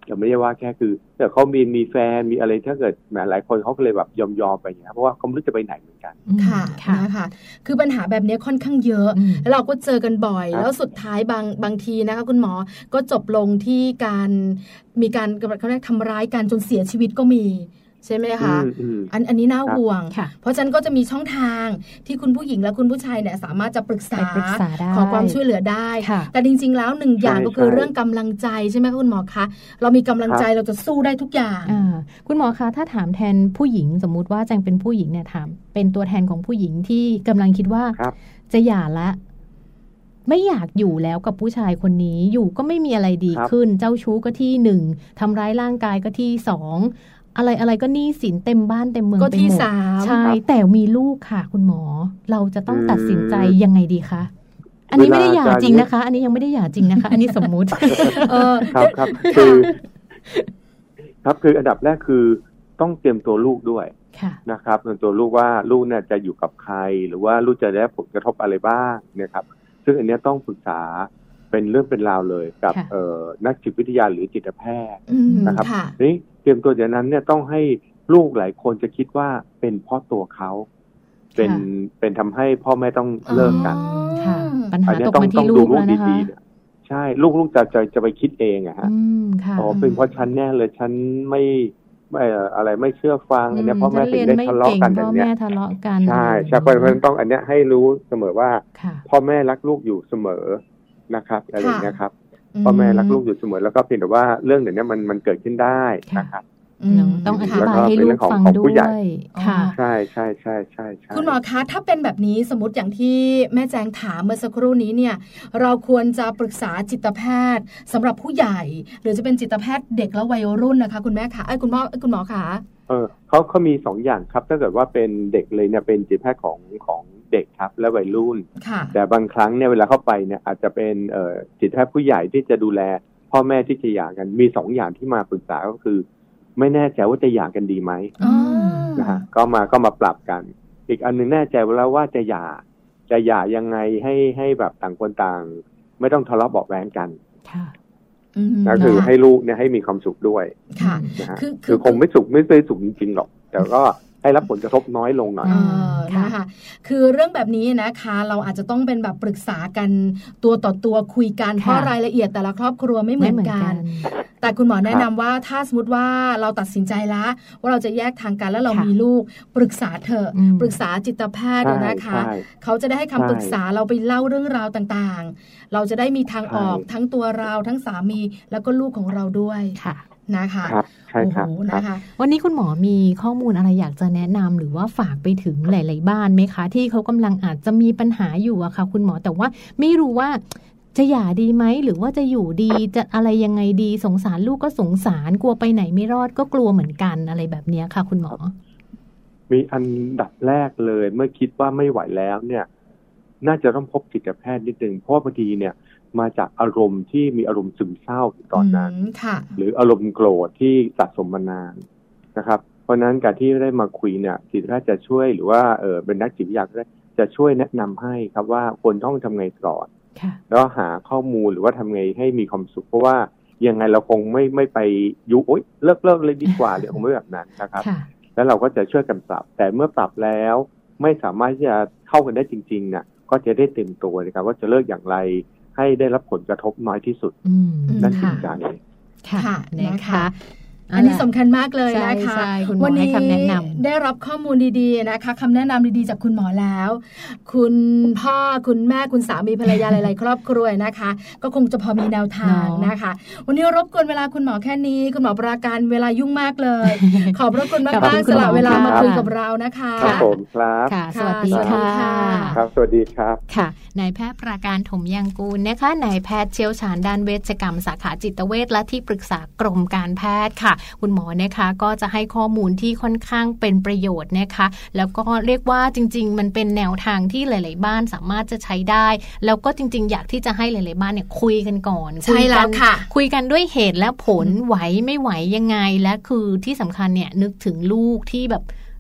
เราไม่ได้ว่าแค่คือแต่เขามีมีแฟนมีอะไรถ้าเกิดแหมหลายคนเขาก็เลยแบบยอมยอมไปอย่างเงี้ยเพราะว่าเขาไม่รู้จะไปไหนเหมือนกันค่ะนะคะคือปัญหาแบบนี้ค่อนข้างเยอะแล้วเราก็เจอกันบ่อยแล้วสุดท้ายบางบางทีนะคะคุณหมอก็จบลงที่การมีการเขาเรียกทำร้ายกันจนเสียชีวิตก็มีใช่ไหมคะอันอันนี้น่าห่วงเพราะฉะนั้นก็จะมีช่องทางที่คุณผู้หญิงและคุณผู้ชายเนี่ยสามารถจะปรึกษาขอความช่วยเหลือได้แต่จริงๆแล้วหนึ่งอย่างก็คือเรื่องกำลังใจใช่ไหมคุณหมอคะเรามีกำลังใจเราจะสู้ได้ทุกอย่างคุณหมอคะถ้าถามแทนผู้หญิงสมมุติว่าแจงเป็นผู้หญิงเนี่ยถามเป็นตัวแทนของผู้หญิงที่กำลังคิดว่าจะหย่าละไม่อยากอยู่แล้วกับผู้ชายคนนี้อยู่ก็ไม่มีอะไรดีขึ้นเจ้าชู้ก็ที่หนึ่งทำร้ายร่างกายก็ที่สองอะไรอะไรก็หนี้สินเต็มบ้านเต็มเมืองไปหมดใช่แต่มีลูกค่ะคุณหมอเราจะต้องตัดสินใจยังไงดีคะอันนี้ไม่ได้หย่าจริงนะคะอันนี้ยังไม่ได้หย่าจริงนะคะอันนี้สมมุติครับครับคือครับคืออันดับแรกคือต้องเตรียมตัวลูกด้วยนะครับเตรียมตัวลูกว่าลูกเนี่ยจะอยู่กับใครหรือว่าลูกจะได้ผลกระทบอะไรบ้างนะครับซึ่งอันนี้ต้องปรึกษาเป็นเรื่องเป็นราวเลยกับนักจิตวิทยาหรือจิตแพทย์นะครับนี่เตรียมตัวอย่างนั้นเนี่ยต้องให้ลูกหลายคนจะคิดว่าเป็นเพราะตัวเขาเป็นเป็นทำให้พ่อแม่ต้องเลิกกันปัญหาตกมาที่ลูกแล้วนะคะใช่ลูกลูกจะจะจะไปคิดเองอะฮะอ๋อเป็นเพราะฉันแน่เลยฉันไม่ไม่อะไรไม่เชื่อฟังอันนี้พ่อแม่ถึงได้ทะเลาะกันอย่างเนี้ยใช่ใช่เพราะฉะนั้นต้องอันเนี้ยให้รู้เสมอว่าพ่อแม่รักลูกอยู่เสมอนะครับอะไรอย่างเงี้ยครับพ่อแม่รักลูกอยู่เสมอแล้วก็เพียงแต่ว่าเรื่องเดี๋ยวนี้มันมันเกิดขึ้นได้นะครับต้องอธิบายให้ลูกฟังด้วยค่ะใช่ใช่ใช่ใช่ใช่คุณหมอคะถ้าเป็นแบบนี้สมมติอย่างที่แม่แจงถามเมื่อสักครู่นี้เนี่ยเราควรจะปรึกษาจิตแพทย์สำหรับผู้ใหญ่หรือจะเป็นจิตแพทย์เด็กและวัยรุ่นนะคะคุณแม่คะไอ้คุณพ่อคุณหมอคะเออเขาเขามีสองอย่างครับถ้าเกิดว่าเป็นเด็กเลยเนี่ยเป็นจิตแพทย์ของของเด็กครับและวัยรุ่นแต่บางครั้งเนี่ยเวลาเข้าไปเนี่ยอาจจะเป็นเอ่อจิตแพทย์ผู้ใหญ่ที่จะดูแลพ่อแม่ที่จะหย่ากันมีสองอย่างที่มาปรึกษาก็คือไม่แน่ใจว่าจะหย่ากันดีไหมนะฮะก็มาก็มาปรับกันอีกอันนึงแน่ใจแล้วว่าจะหย่าจะหย่ายังไงให้ให้แบบต่างคนต่างไม่ต้องทะเลาะเบาะแว้งกันก็คือให้ลูกเนี่ยให้มีความสุขด้วยนะฮะคือคงไม่สุขไม่เคยสุขจริงๆหรอกแต่ก็ให้รับผลกระทบน้อยลงหน่อยนะคะคือเรื่องแบบนี้นะคะเราอาจจะต้องเป็นแบบปรึกษากันตัวต่อตัวคุยกันเพราะรายละเอียดแต่ละครอบครัวไม่เหมือนกันแต่คุณหมอแนะนำว่าถ้าสมมติว่าเราตัดสินใจแล้วว่าเราจะแยกทางกันแล้วเรามีลูกปรึกษาเถอะปรึกษาจิตแพทย์นะคะเขาจะได้ให้คำปรึกษาเราไปเล่าเรื่องราวต่างๆเราจะได้มีทางออกทั้งตัวเราทั้งสามีแล้วก็ลูกของเราด้วยนะคะครับใช่ครับนะคะวันนี้คุณหมอมีข้อมูลอะไรอยากจะแนะนำหรือว่าฝากไปถึงหลายๆบ้านไหมคะที่เขากำลังอาจจะมีปัญหาอยู่อะค่ะคุณหมอแต่ว่าไม่รู้ว่าจะหย่าดีไหมหรือว่าจะอยู่ดีจะอะไรยังไงดีสงสารลูกก็สงสารกลัวไปไหนไม่รอดก็กลัวเหมือนกันอะไรแบบนี้ค่ะคุณหมอมีอันดับแรกเลยเมื่อคิดว่าไม่ไหวแล้วเนี่ยน่าจะต้องพบจิตแพทย์นิดนึงเพราะบางทีเนี่ยมาจากอารมณ์ที่มีอารมณ์ซึมเศร้าตอนนั้นหรืออารมณ์โกรธที่สะสมมานานนะครับเพราะนั้นการที่ได้มาคุยเนี่ยจิตแพทย์จะช่วยหรือว่าเออเป็นนักจิตวิทยาจะช่วยแนะนำให้ครับว่าคนต้องทำไงก่อนแล้วหาข้อมูลหรือว่าทำไงให้มีความสุขเพราะว่ายังไงเราคงไม่ไม่ไปยุโอ๊ยเลิกเลิกเลยดีกว่าเดี๋ยวคงไม่แบบนั้นนะครับแล้วเราก็จะช่วยกันปรับแต่เมื่อปรับแล้วไม่สามารถที่จะเข้ากันได้จริงๆน่ะก็จะได้เต็มตัวนะครับว่าจะเลิกอย่างไรให้ได้รับผลกระทบน้อยที่สุดนั่นคือใจค่ะนะคะอันนี้สำคัญมากเลยนะคะวันนี้ได้รับข้อมูลดีๆนะคะคำแนะนำดีๆจากคุณหมอแล้วคุณพ่อคุณแม่คุณสามีภรรยาหลายๆครอบครัวนะคะก็คงจะพอมีแนวทางนะคะวันนี้รบกวนเวลาคุณหมอแค่นี้คุณหมอปราการเวลายุ่งมากเลยขอบพระคุณมากๆสละเวลามาคุยกับเรานะคะครับผมครับค่ะสวัสดีค่ะครับสวัสดีครับค่ะนายแพทย์ปราการถมยังกูลนะคะนายแพทย์เชี่ยวชาญด้านเวชกรรมสาขาจิตเวชและที่ปรึกษากรมการแพทย์ค่ะคุณหมอนะคะก็จะให้ข้อมูลที่ค่อนข้างเป็นประโยชน์นะคะแล้วก็เรียกว่าจริงๆมันเป็นแนวทางที่หลายๆบ้านสามารถจะใช้ได้แล้วก็จริงๆอยากที่จะให้หลายๆบ้านเนี่ยคุยกันก่อนใช่แล้วค่ะคุยกันด้วยเหตุและผลไหวไม่ไหวยังไงและคือที่สำคัญเนี่ยนึกถึงลูกที่แบบ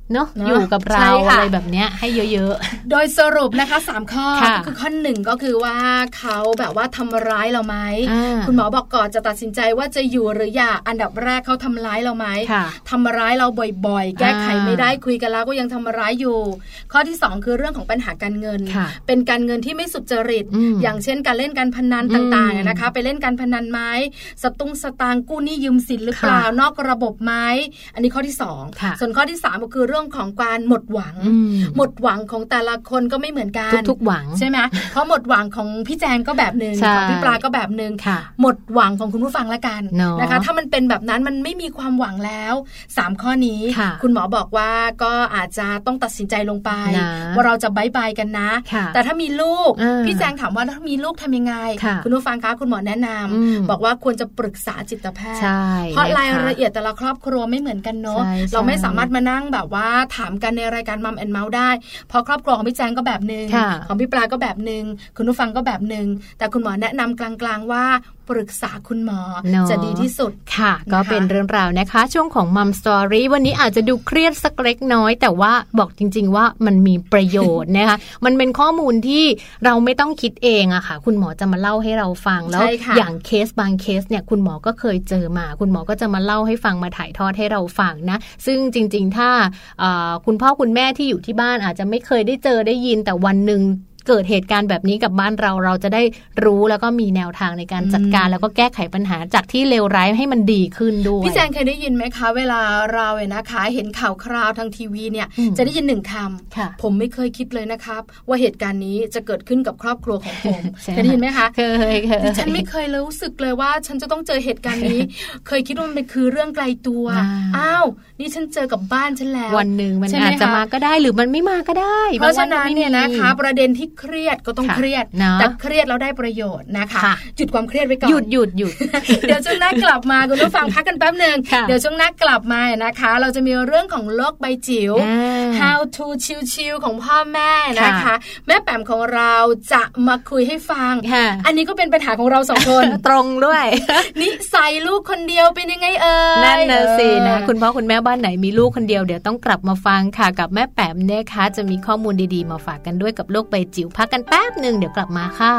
เนาะอยู่กับเราอะไรแบบเนี้ยให้เยอะๆโดยสรุปนะคะสามข้อก็คือข้อหนึ่งก็คือว่าเขาแบบว่าทำร้ายเราไหมคุณหมอบอกก่อนจะตัดสินใจว่าจะอยู่หรืออย่าอันดับแรกเขาทำร้ายเราไหมทำร้ายเราบ่อยๆแก้ไขไม่ได้คุยกันแล้วก็ยังทำร้ายอยู่ข้อที่สองคือเรื่องของปัญหาการเงินเป็นการเงินที่ไม่สุจริตอย่างเช่นการเล่นการพนันต่างๆนะคะไปเล่นการพนันไหมสตุ้งสตางค์กู้หนี้ยืมสินหรือเปล่านอกระบบไหมอันนี้ข้อที่สองส่วนข้อที่สามก็คือเรื่องของการหมดหวังหมดหวังของแต่ละคนก็ไม่เหมือนกันทุกๆหวังใช่ไหมเพราะหมดหวังของพี่แจงก็แบบนึงของพี่ปลาก็แบบนึงหมดหวังของคุณผู้ฟังละกันนะคะถ้ามันเป็นแบบนั้นมันไม่มีความหวังแล้วสามข้อนี้คุณหมอบอกว่าก็อาจจะต้องตัดสินใจลงไปว่าเราจะบายบายกันนะแต่ถ้ามีลูกพี่แจงถามว่าถ้ามีลูกทำยังไงคุณผู้ฟังคะคุณหมอแนะนำบอกว่าควรจะปรึกษาจิตแพทย์เพราะรายละเอียดแต่ละครอบครัวไม่เหมือนกันเนาะเราไม่สามารถมานั่งแบบว่าถามกันในรายการมัมแอนด์เมาส์ได้เพราะครอบครัวของพี่แจงก็แบบนึงของพี่ปลาก็แบบนึงคุณผู้ฟังก็แบบนึงแต่คุณหมอแนะนำกลางๆว่าปรึกษาคุณหมอ no. จะดีที่สุดค่ะก็เป็นเรื่องราวนะคะช่วงของมัมสตอรี่วันนี้อาจจะดูเครียดสักเล็กน้อยแต่ว่าบอกจริงๆว่ามันมีประโยชน์นะคะ มันเป็นข้อมูลที่เราไม่ต้องคิดเองอะค่ะคุณหมอจะมาเล่าให้เราฟังแล้วอย่างเคสบางเคสเนี่ยคุณหมอก็เคยเจอมาคุณหมอก็จะมาเล่าให้ฟังมาถ่ายทอดให้เราฟังนะซึ่งจริงๆถ้าคุณพ่อคุณแม่ที่อยู่ที่บ้านอาจจะไม่เคยได้เจอได้ยินแต่วันนึงเกิดเหตุการณ์แบบนี้กับบ้านเราเราจะได้รู้แล้วก็มีแนวทางในการจัดการแล้วก็แก้ไขปัญหาจากที่เลวร้ายให้มันดีขึ้นด้วยพี่แจงเคยได้ยินไหมคะเวลาเราเนี่ยนะคะเห็นข่าวคราวทางทีวีเนี่ยจะได้ยินหนึ่งคำผมไม่เคยคิดเลยนะครับว่าเหตุการณ์นี้จะเกิดขึ้นกับครอบครัวของผมเคยได้ยินไหมคะเคยเคยฉันไม่เคยรู้สึกเลยว่าฉันจะต้องเจอเหตุการณ์นี้เคยคิดว่ามันคือเรื่องไกลตัวอ้าวนี่ฉันเจอกับบ้านฉันแล้ววันหนึ่งมันอาจจะมาก็ได้หรือมันไม่มาก็ได้เพราะฉะนั้นเนี่ยนะคะประเด็นที่เครียดก็ต้องเครียดแต่เครียดแล้วได้ประโยชน์นะคะหยุดความเครียดไว้ก่อนหยุดหยุดหยุดเดี๋ยวช่วงหน้ากลับมาคุณผู้ฟังพักกันแป๊บนึงเดี๋ยวช่วงหน้ากลับมานะคะเราจะมีเรื่องของโลกใบจิ๋ว how to ชิลๆของพ่อแม่นะคะแม่แปมของเราจะมาคุยให้ฟังอันนี้ก็เป็นปัญหาของเราสองคนตรงด้วยนิสัยลูกคนเดียวเป็นยังไงเอ่ยนั่นน่ะสินะคุณพ่อคุณแม่บ้านไหนมีลูกคนเดียวเดี๋ยวต้องกลับมาฟังค่ะกับแม่แปมนะคะจะมีข้อมูลดีๆมาฝากกันด้วยกับโลกใบจิ๋วพักกันแป๊บนึงเดี๋ยวกลับมาค่ะ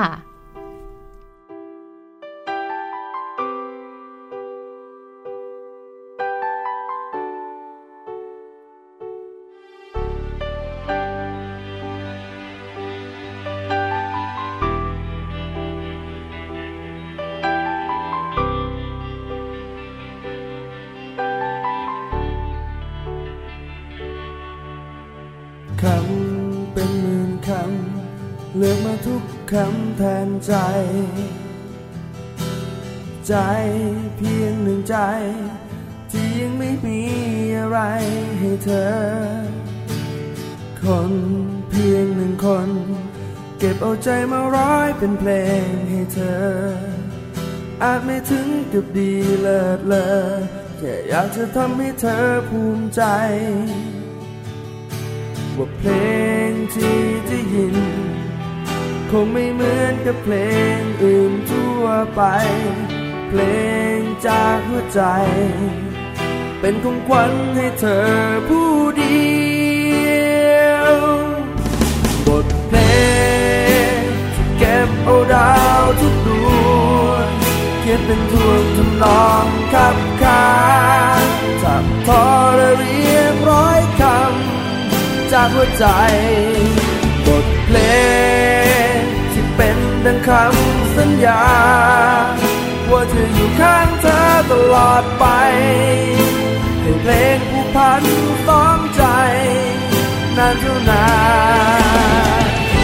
คำเป็นหมื่นคำเลือกมาทุกคำแทนใจใจเพียงหนึ่งใจที่ยังไม่มีอะไรให้เธอคนเพียงหนึ่งคนเก็บเอาใจมาร้อยเป็นเพลงให้เธออาจไม่ถึงกับดีเลิศเลอแค่อยากจะทำให้เธอภูมิใจว่าเพลงที่ได้ยินคงไม่เหมือนกับเพลงอื่นทั่วไปเพลงจากหัวใจเป็นของขวัญให้เธอผู้เดียวบทเพลงที่เก็บเอาดาวทุกดวงเขียนเป็นทวงทำนองขับขาจับทอและเรียบร้อยคำจากหัวใจบทเพลงที่เป็นดังคำสัญญาว่าจะอยู่ข้างเธอตลอดไปให้เพลงผูกพันสองใจนานเท่านาน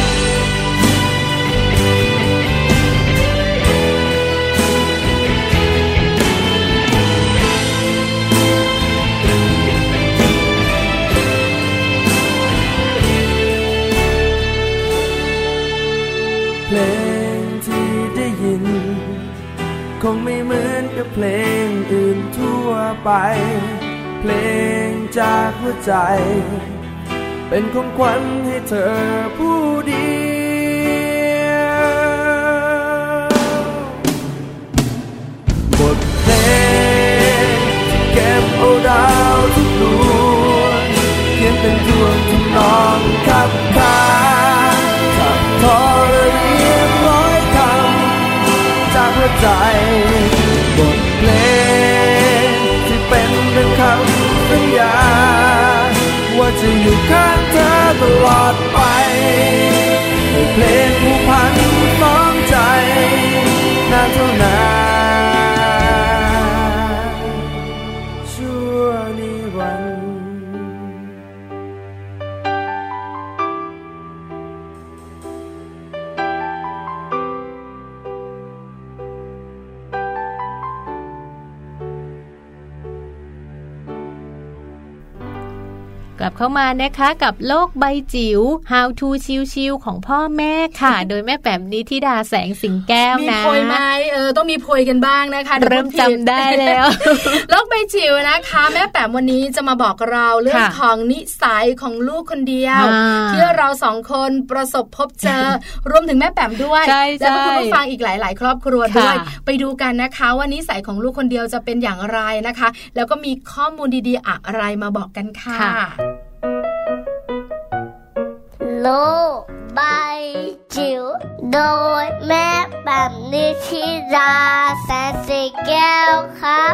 เพลงที่ได้ยินคงไม่เหมือนกับเพลงอื่นทั่วไปเพลงจากหัวใจเป็นของขวัญให้เธอผู้เดียวบทเพลงที่เก็บเอาดาวทุกดวงเขียนเป็นความขับขาขับทอเรียบร้อยคำจากหัวใจบทเพลงที่เป็นดังคำสัญญาว่าจะอยู่ข้างเธอตลอดไปให้เพลงผู้พันฟ้องใจนานเท่านานชั่วนิรันดร์กลับเข้ามานะคะกับโลกใบจิ๋ว How to ชิวๆของพ่อแม่ค่ะ โดยแม่แป๋มนิธิดาแสงสิงแก้วนะมีโพยไหมเออต้องมีโพยกันบ้างนะคะเริ่มจำได้แล้วโลกใบจิ๋วนะคะแม่แป๋มวันนี้จะมาบอกเราเรื่องของนิสัยของลูกคนเดียวที่เราสองคนประสบพบเจอ รวมถึงแม่แป๋มด้วยแล้วก็คุณผู้ฟังอีกหลายๆครอบครัวด้วยไปดูกันนะคะว่านิสัยของลูกคนเดียวจะเป็นอย่างไรนะคะแล้วก็มีข้อมูลดีๆอะไรมาบอกกันค่ะโลกใบจิ๋วโดยแม่แป๋มนิธิดาแสนสีแก้วครับ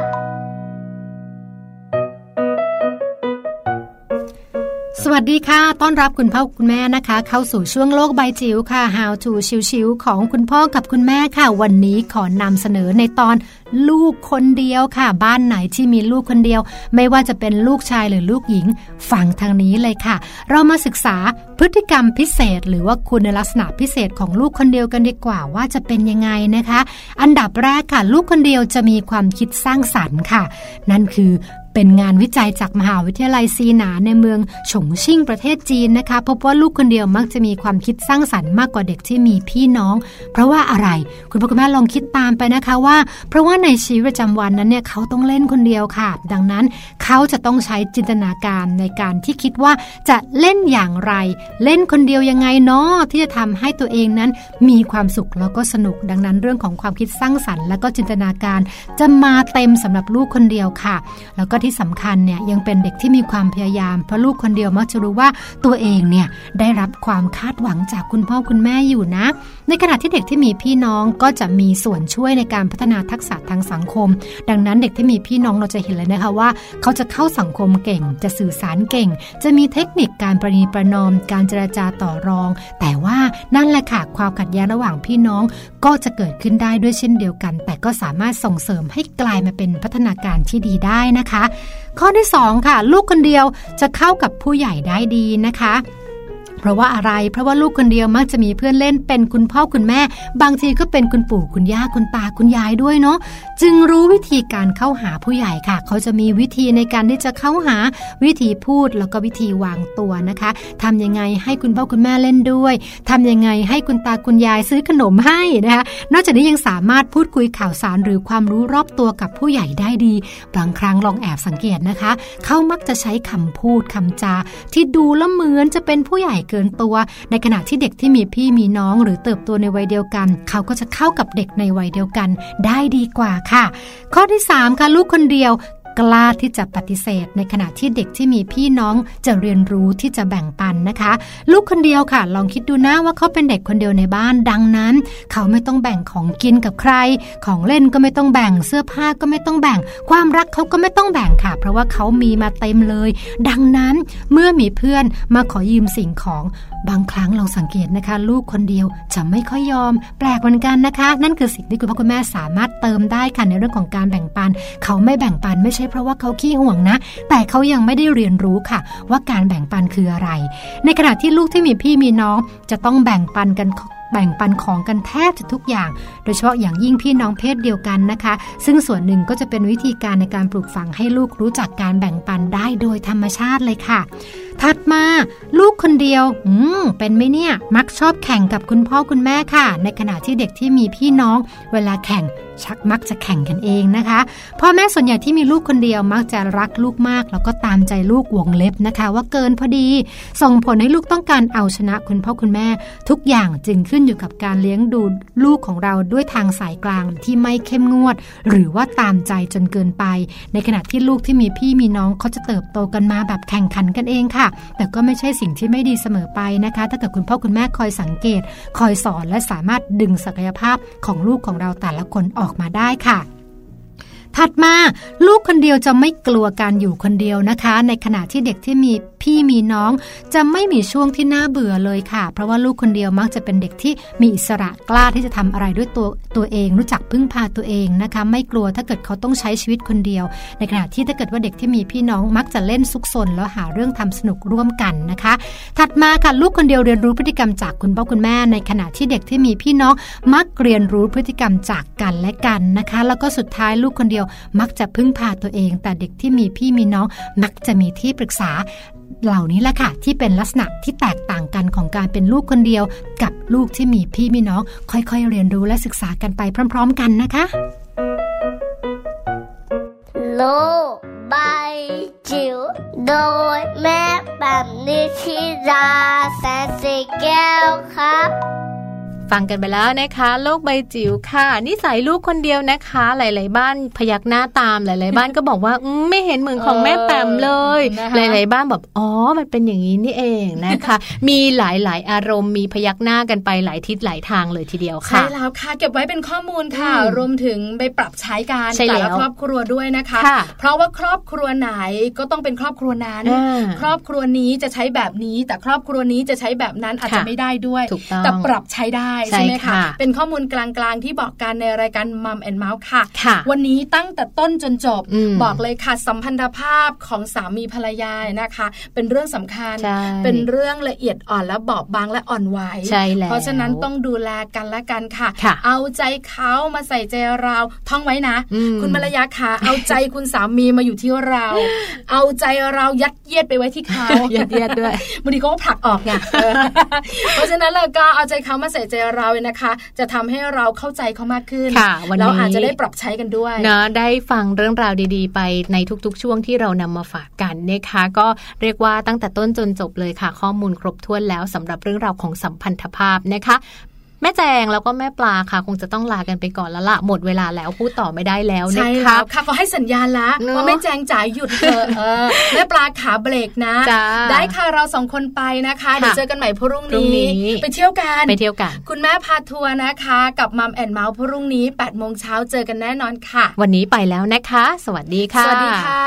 สวัสดีค่ะต้อนรับคุณพ่อคุณแม่นะคะเข้าสู่ช่วงโลกใบจิ๋วค่ะ How to ชิวๆของคุณพ่อกับคุณแม่ค่ะวันนี้ขอนำเสนอในตอนลูกคนเดียวค่ะบ้านไหนที่มีลูกคนเดียวไม่ว่าจะเป็นลูกชายหรือลูกหญิงฟังทางนี้เลยค่ะเรามาศึกษาพฤติกรรมพิเศษหรือว่าคุณลักษณะพิเศษของลูกคนเดียวกันดีกว่าว่าจะเป็นยังไงนะคะอันดับแรกค่ะลูกคนเดียวจะมีความคิดสร้างสรรค์ค่ะนั่นคือเป็นงานวิจัยจากมหาวิทยาลัยซีหนานในเมืองฉงชิ่งประเทศจีนนะคะพบว่าลูกคนเดียวมักจะมีความคิดสร้างสรรค์มากกว่าเด็กที่มีพี่น้องเพราะว่าอะไรคุณพ่อคุณแม่ลองคิดตามไปนะคะว่าเพราะว่าในชีวิตประจำวันนั้นเนี่ยเขาต้องเล่นคนเดียวค่ะดังนั้นเขาจะต้องใช้จินตนาการในการที่คิดว่าจะเล่นอย่างไรเล่นคนเดียวยังไงเนาะที่จะทำให้ตัวเองนั้นมีความสุขแล้วก็สนุกดังนั้นเรื่องของความคิดสร้างสรรค์และก็จินตนาการจะมาเต็มสำหรับลูกคนเดียวค่ะแล้วก็ที่สำคัญเนี่ยยังเป็นเด็กที่มีความพยายามเพราะลูกคนเดียวมักจะรู้ว่าตัวเองเนี่ยได้รับความคาดหวังจากคุณพ่อคุณแม่อยู่นะในขณะที่เด็กที่มีพี่น้องก็จะมีส่วนช่วยในการพัฒนาทักษะทางสังคมดังนั้นเด็กที่มีพี่น้องเราจะเห็นเลยนะคะว่าเขาจะเข้าสังคมเก่งจะสื่อสารเก่งจะมีเทคนิคการประนีประนอมการเจรจาต่อรองแต่ว่านั่นแหละค่ะความขัดแย้งระหว่างพี่น้องก็จะเกิดขึ้นได้ด้วยเช่นเดียวกันแต่ก็สามารถส่งเสริมให้กลายมาเป็นพัฒนาการที่ดีได้นะคะข้อที่สองค่ะลูกคนเดียวจะเข้ากับผู้ใหญ่ได้ดีนะคะเพราะว่าอะไรเพราะว่าลูกคนเดียวมักจะมีเพื่อนเล่นเป็นคุณพ่อคุณแม่บางทีก็เป็นคุณปู่คุณย่าคุณตาคุณยายด้วยเนาะจึงรู้วิธีการเข้าหาผู้ใหญ่ค่ะเขาจะมีวิธีในการที่จะเข้าหาวิธีพูดแล้วก็วิธีวางตัวนะคะทำยังไงให้คุณพ่อคุณแม่เล่นด้วยทำยังไงให้คุณตาคุณยายซื้อขนมให้นะคะนอกจากนี้ยังสามารถพูดคุยข่าวสารหรือความรู้รอบตัวกับผู้ใหญ่ได้ดีบางครั้งลองแอบสังเกตนะคะเขามักจะใช้คำพูดคำจาที่ดูแล้วเหมือนจะเป็นผู้ใหญ่เกินตัวในขณะที่เด็กที่มีพี่มีน้องหรือเติบโตในวัยเดียวกันเขาก็จะเข้ากับเด็กในวัยเดียวกันได้ดีกว่าค่ะข้อที่สามค่ะลูกคนเดียวกล้าที่จะปฏิเสธในขณะที่เด็กที่มีพี่น้องจะเรียนรู้ที่จะแบ่งปันนะคะลูกคนเดียวค่ะลองคิดดูนะว่าเขาเป็นเด็กคนเดียวในบ้านดังนั้นเขาไม่ต้องแบ่งของกินกับใครของเล่นก็ไม่ต้องแบ่งเสื้อผ้าก็ไม่ต้องแบ่งความรักเขาก็ไม่ต้องแบ่งค่ะเพราะว่าเขามีมาเต็มเลยดังนั้นเมื่อมีเพื่อนมาขอยืมสิ่งของบางครั้งลองสังเกตนะคะลูกคนเดียวจะไม่ค่อยยอมแปลกเหมือนกันนะคะนั่นคือสิ่งที่คุณพ่อคุณแม่สามารถเติมได้ค่ะในเรื่องของการแบ่งปันเขาไม่แบ่งปันไม่ใช่เพราะว่าเขาขี้ห่วงนะแต่เขายังไม่ได้เรียนรู้ค่ะว่าการแบ่งปันคืออะไรในขณะที่ลูกที่มีพี่มีน้องจะต้องแบ่งปันกันแบ่งปันของกันแทบจะทุกอย่างโดยเฉพาะอย่างยิ่งพี่น้องเพศเดียวกันนะคะซึ่งส่วนหนึ่งก็จะเป็นวิธีการในการปลูกฝังให้ลูกรู้จักการแบ่งปันได้โดยธรรมชาติเลยค่ะถัดมาลูกคนเดียวอืมเป็นไหมเนี่ยมักชอบแข่งกับคุณพ่อคุณแม่ค่ะในขณะที่เด็กที่มีพี่น้องเวลาแข่งชักมักจะแข่งกันเองนะคะพ่อแม่ส่วนใหญ่ที่มีลูกคนเดียวมักจะรักลูกมากแล้วก็ตามใจลูกวงเล็บนะคะว่าเกินพอดีส่งผลให้ลูกต้องการเอาชนะคุณพ่อคุณแม่ทุกอย่างจึงขึ้นอยู่กับการเลี้ยงดูลูกของเราด้วยทางสายกลางที่ไม่เข้มงวดหรือว่าตามใจจนเกินไปในขณะที่ลูกที่มีพี่มีน้องเขาจะเติบโตกันมาแบบแข่งขันกันเองค่ะค่ะแต่ก็ไม่ใช่สิ่งที่ไม่ดีเสมอไปนะคะถ้าเกิดคุณพ่อคุณแม่คอยสังเกตคอยสอนและสามารถดึงศักยภาพของลูกของเราแต่ละคนออกมาได้ค่ะถัดมาลูกคนเดียวจะไม่กลัวการอยู่คนเดียวนะคะในขณะที่เด็กที่มีพี่มีน้องจะไม่มีช่วงที่น่าเบื่อเลยค่ะเพราะว่าลูกคนเดียวมักจะเป็นเด็กที่มีอิสระกล้าที่จะทำอะไรด้วยตัวตัวเองรู้จักพึ่งพาตัวเองนะคะไม่กลัวถ้าเกิดเขาต้องใช้ชีวิตคนเดียวในขณะที่ถ้าเกิดว่าเด็กที่มีพี่น้องมักจะเล่นซุกซนแล้วหาเรื่องทำสนุกร่วมกันนะคะถัดมาค่ะลูกคนเดียวเรียนรู้พฤติกรรมจากคุณพ่อคุณแม่ในขณะที่เด็กที่มีพี่น้องมักเรียนรู้พฤติกรรมจากกันและกันนะคะแล้วก็สุดท้ายลูกคนเดียวมักจะพึ่งพาตัวเองแต่เด็กที่มีพี่มีน้องมักจะมีที่ปรึกษาเหล่านี้แหละค่ะที่เป็นลักษณะที่แตกต่างกันของการเป็นลูกคนเดียวกับลูกที่มีพี่มีน้องค่อยๆเรียนรู้และศึกษากันไปพร้อมๆกันนะคะโลกใบจิ๋วโดยแม่แบบนิชิราแสนสีแก้วครับฟังกันไปแล้วนะคะโลกใบจิ๋วค่ะนิสัยลูกคนเดียวนะคะหลายๆบ้านพยักหน้าตามหลายๆบ้านก็บอกว่าไม่เห็นเหมือนของแม่แปมเลยหลายๆบ้านแบบอ๋อมันเป็นอย่างนี้นี่เองนะคะมีหลายๆอารมณ์มีพยักหน้ากันไปหลายทิศหลายทางเลยทีเดียวค่ะใช่แล้วค่ะเก็บไว้เป็นข้อมูลค่ะรวมถึงไปปรับใช้กันแต่ละครอบครัวด้วยนะคะเพราะว่าครอบครัวไหนก็ต้องเป็นครอบครัวนั้นครอบครัวนี้จะใช้แบบนี้แต่ครอบครัวนี้จะใช้แบบนั้นอาจจะไม่ได้ด้วยแต่ปรับใช้ได้ใช่ไหมคะเป็นข้อมูลกลางๆที่บอกกันในรายการ Mum and Mouse ค่ะวันนี้ตั้งแต่ต้นจนจบบอกเลยค่ะสัมพันธภาพของสามีภรรยานะคะเป็นเรื่องสำคัญเป็นเรื่องละเอียดอ่อนและบอบบางและอ่อนไหวเพราะฉะนั้นต้องดูแลกันและกันค่ะเอาใจเขามาใส่ใจเราท่องไว้นะคุณภรรยาค่ะเอาใจคุณสามีมาอยู่ที่เราเอาใจเรายัดเยียดไปไว้ที่เขายัดเยียดด้วยบางทีก็ผลักออกไงเพราะฉะนั้นเราก็เอาใจเขามาใส่ใจเรานะคะจะทำให้เราเข้าใจเขามากขึ้นแล้วอาจจะได้ปรับใช้กันด้วยนะได้ฟังเรื่องราวดีๆไปในทุกๆช่วงที่เรานำมาฝากกันนะคะก็เรียกว่าตั้งแต่ต้นจนจบเลยค่ะข้อมูลครบถ้วนแล้วสำหรับเรื่องราวของสัมพันธภาพนะคะแม่แจงแล้วก็แม่ปลาค่ะคงจะต้องลากันไปก่อนแล้วล่ะหมดเวลาแล้วพูดต่อไม่ได้แล้วนะคะใช่แล้วค่ะขอให้สัญญาณละว่าแม่แจงจ๋าหยุดเถอะแม่ปลาขาเบรกนะได้ค่ะเราสองคนไปนะคะเดี๋ยวเจอกันใหม่พรุ่งนี้ไปเที่ยวกันไปเที่ยวกันคุณแม่พาทัวร์นะคะกับมัมแอนด์เมาส์พรุ่งนี้ แปดโมง เช้าเจอกันแน่นอนค่ะวันนี้ไปแล้วนะคะสวัสดีค่ะสวัสดีค่ะ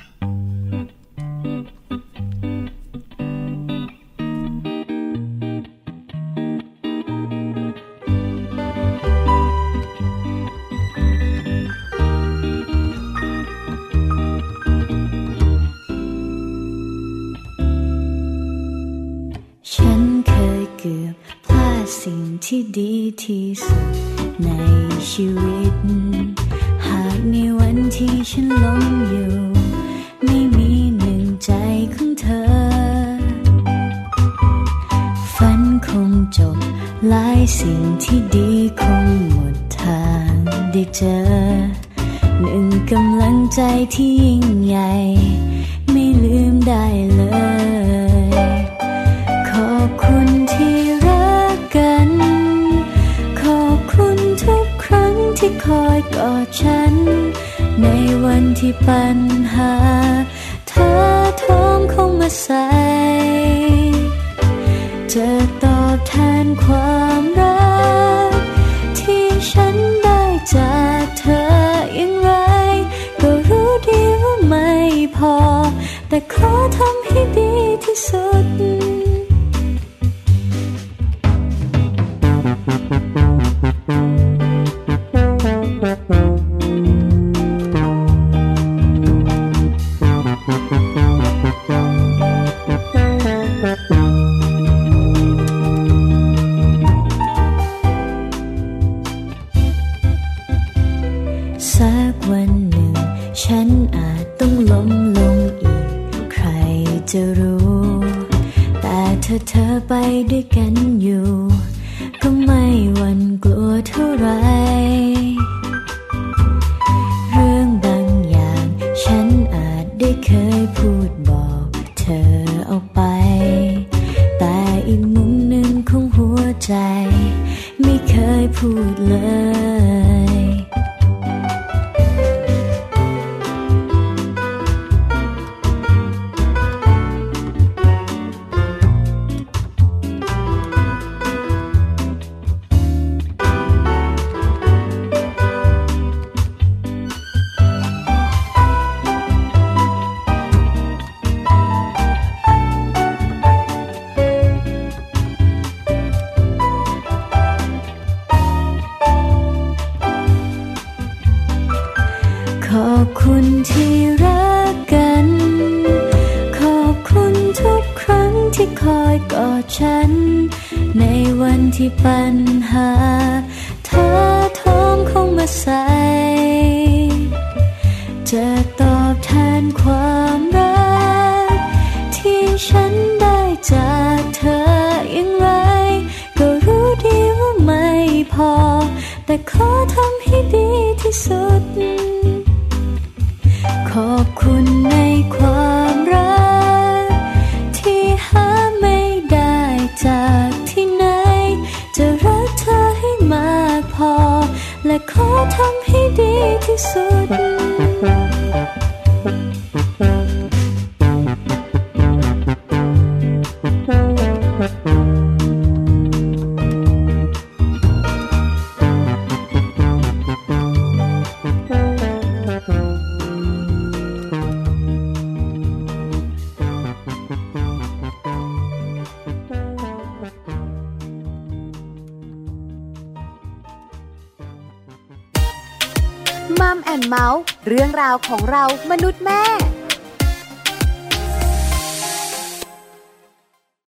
ฉันเคยเกือบพลาดสิ่งที่ดีที่สุดในชีวิตหากในวันที่ฉันล้มอยู่ไม่มีหนึ่งใจของเธอฝันคงจบหลายสิ่งที่ดีคงหมดทางได้เจอหนึ่งกำลังใจที่ยิ่งใหญ่ไม่ลืมได้เลยขอบคุณที่รักกันขอบคุณทุกครั้งที่คอยกอดฉันในวันที่ปัญหาเธอโถมเข้ามาใส่จะตอบแทนความรักที่ฉันได้จากเธออย่างไรก็รู้ดีว่าไม่พอแต่ขอทำให้ดีที่สุดสักวันหนึ่งฉันอาจต้องล้มลงอีกใครจะรู้แต่เธอเธอไปด้วยกันอยู่ก็ไม่หวั่นกลัวเท่าไรเรื่องบางอย่างฉันอาจได้เคยพูดบอกเธอออกไปแต่อีกมุมหนึ่งของหัวใจไม่เคยพูดเลยฉันในวันที่ปัญหาเธอโทรเข้ามาใส่จะตอบแทนความรักที่ฉันได้จากเธออย่างไรก็รู้ดีว่าไม่พอแต่ขอทำให้ดีที่สุดขอบคุณในความรักที่หาไม่ได้จากที่ไหนจะรักเธอให้มากพอและขอทำให้ดีที่สุดมัมแอนด์เมาส์เรื่องราวของเรามนุษย์แม่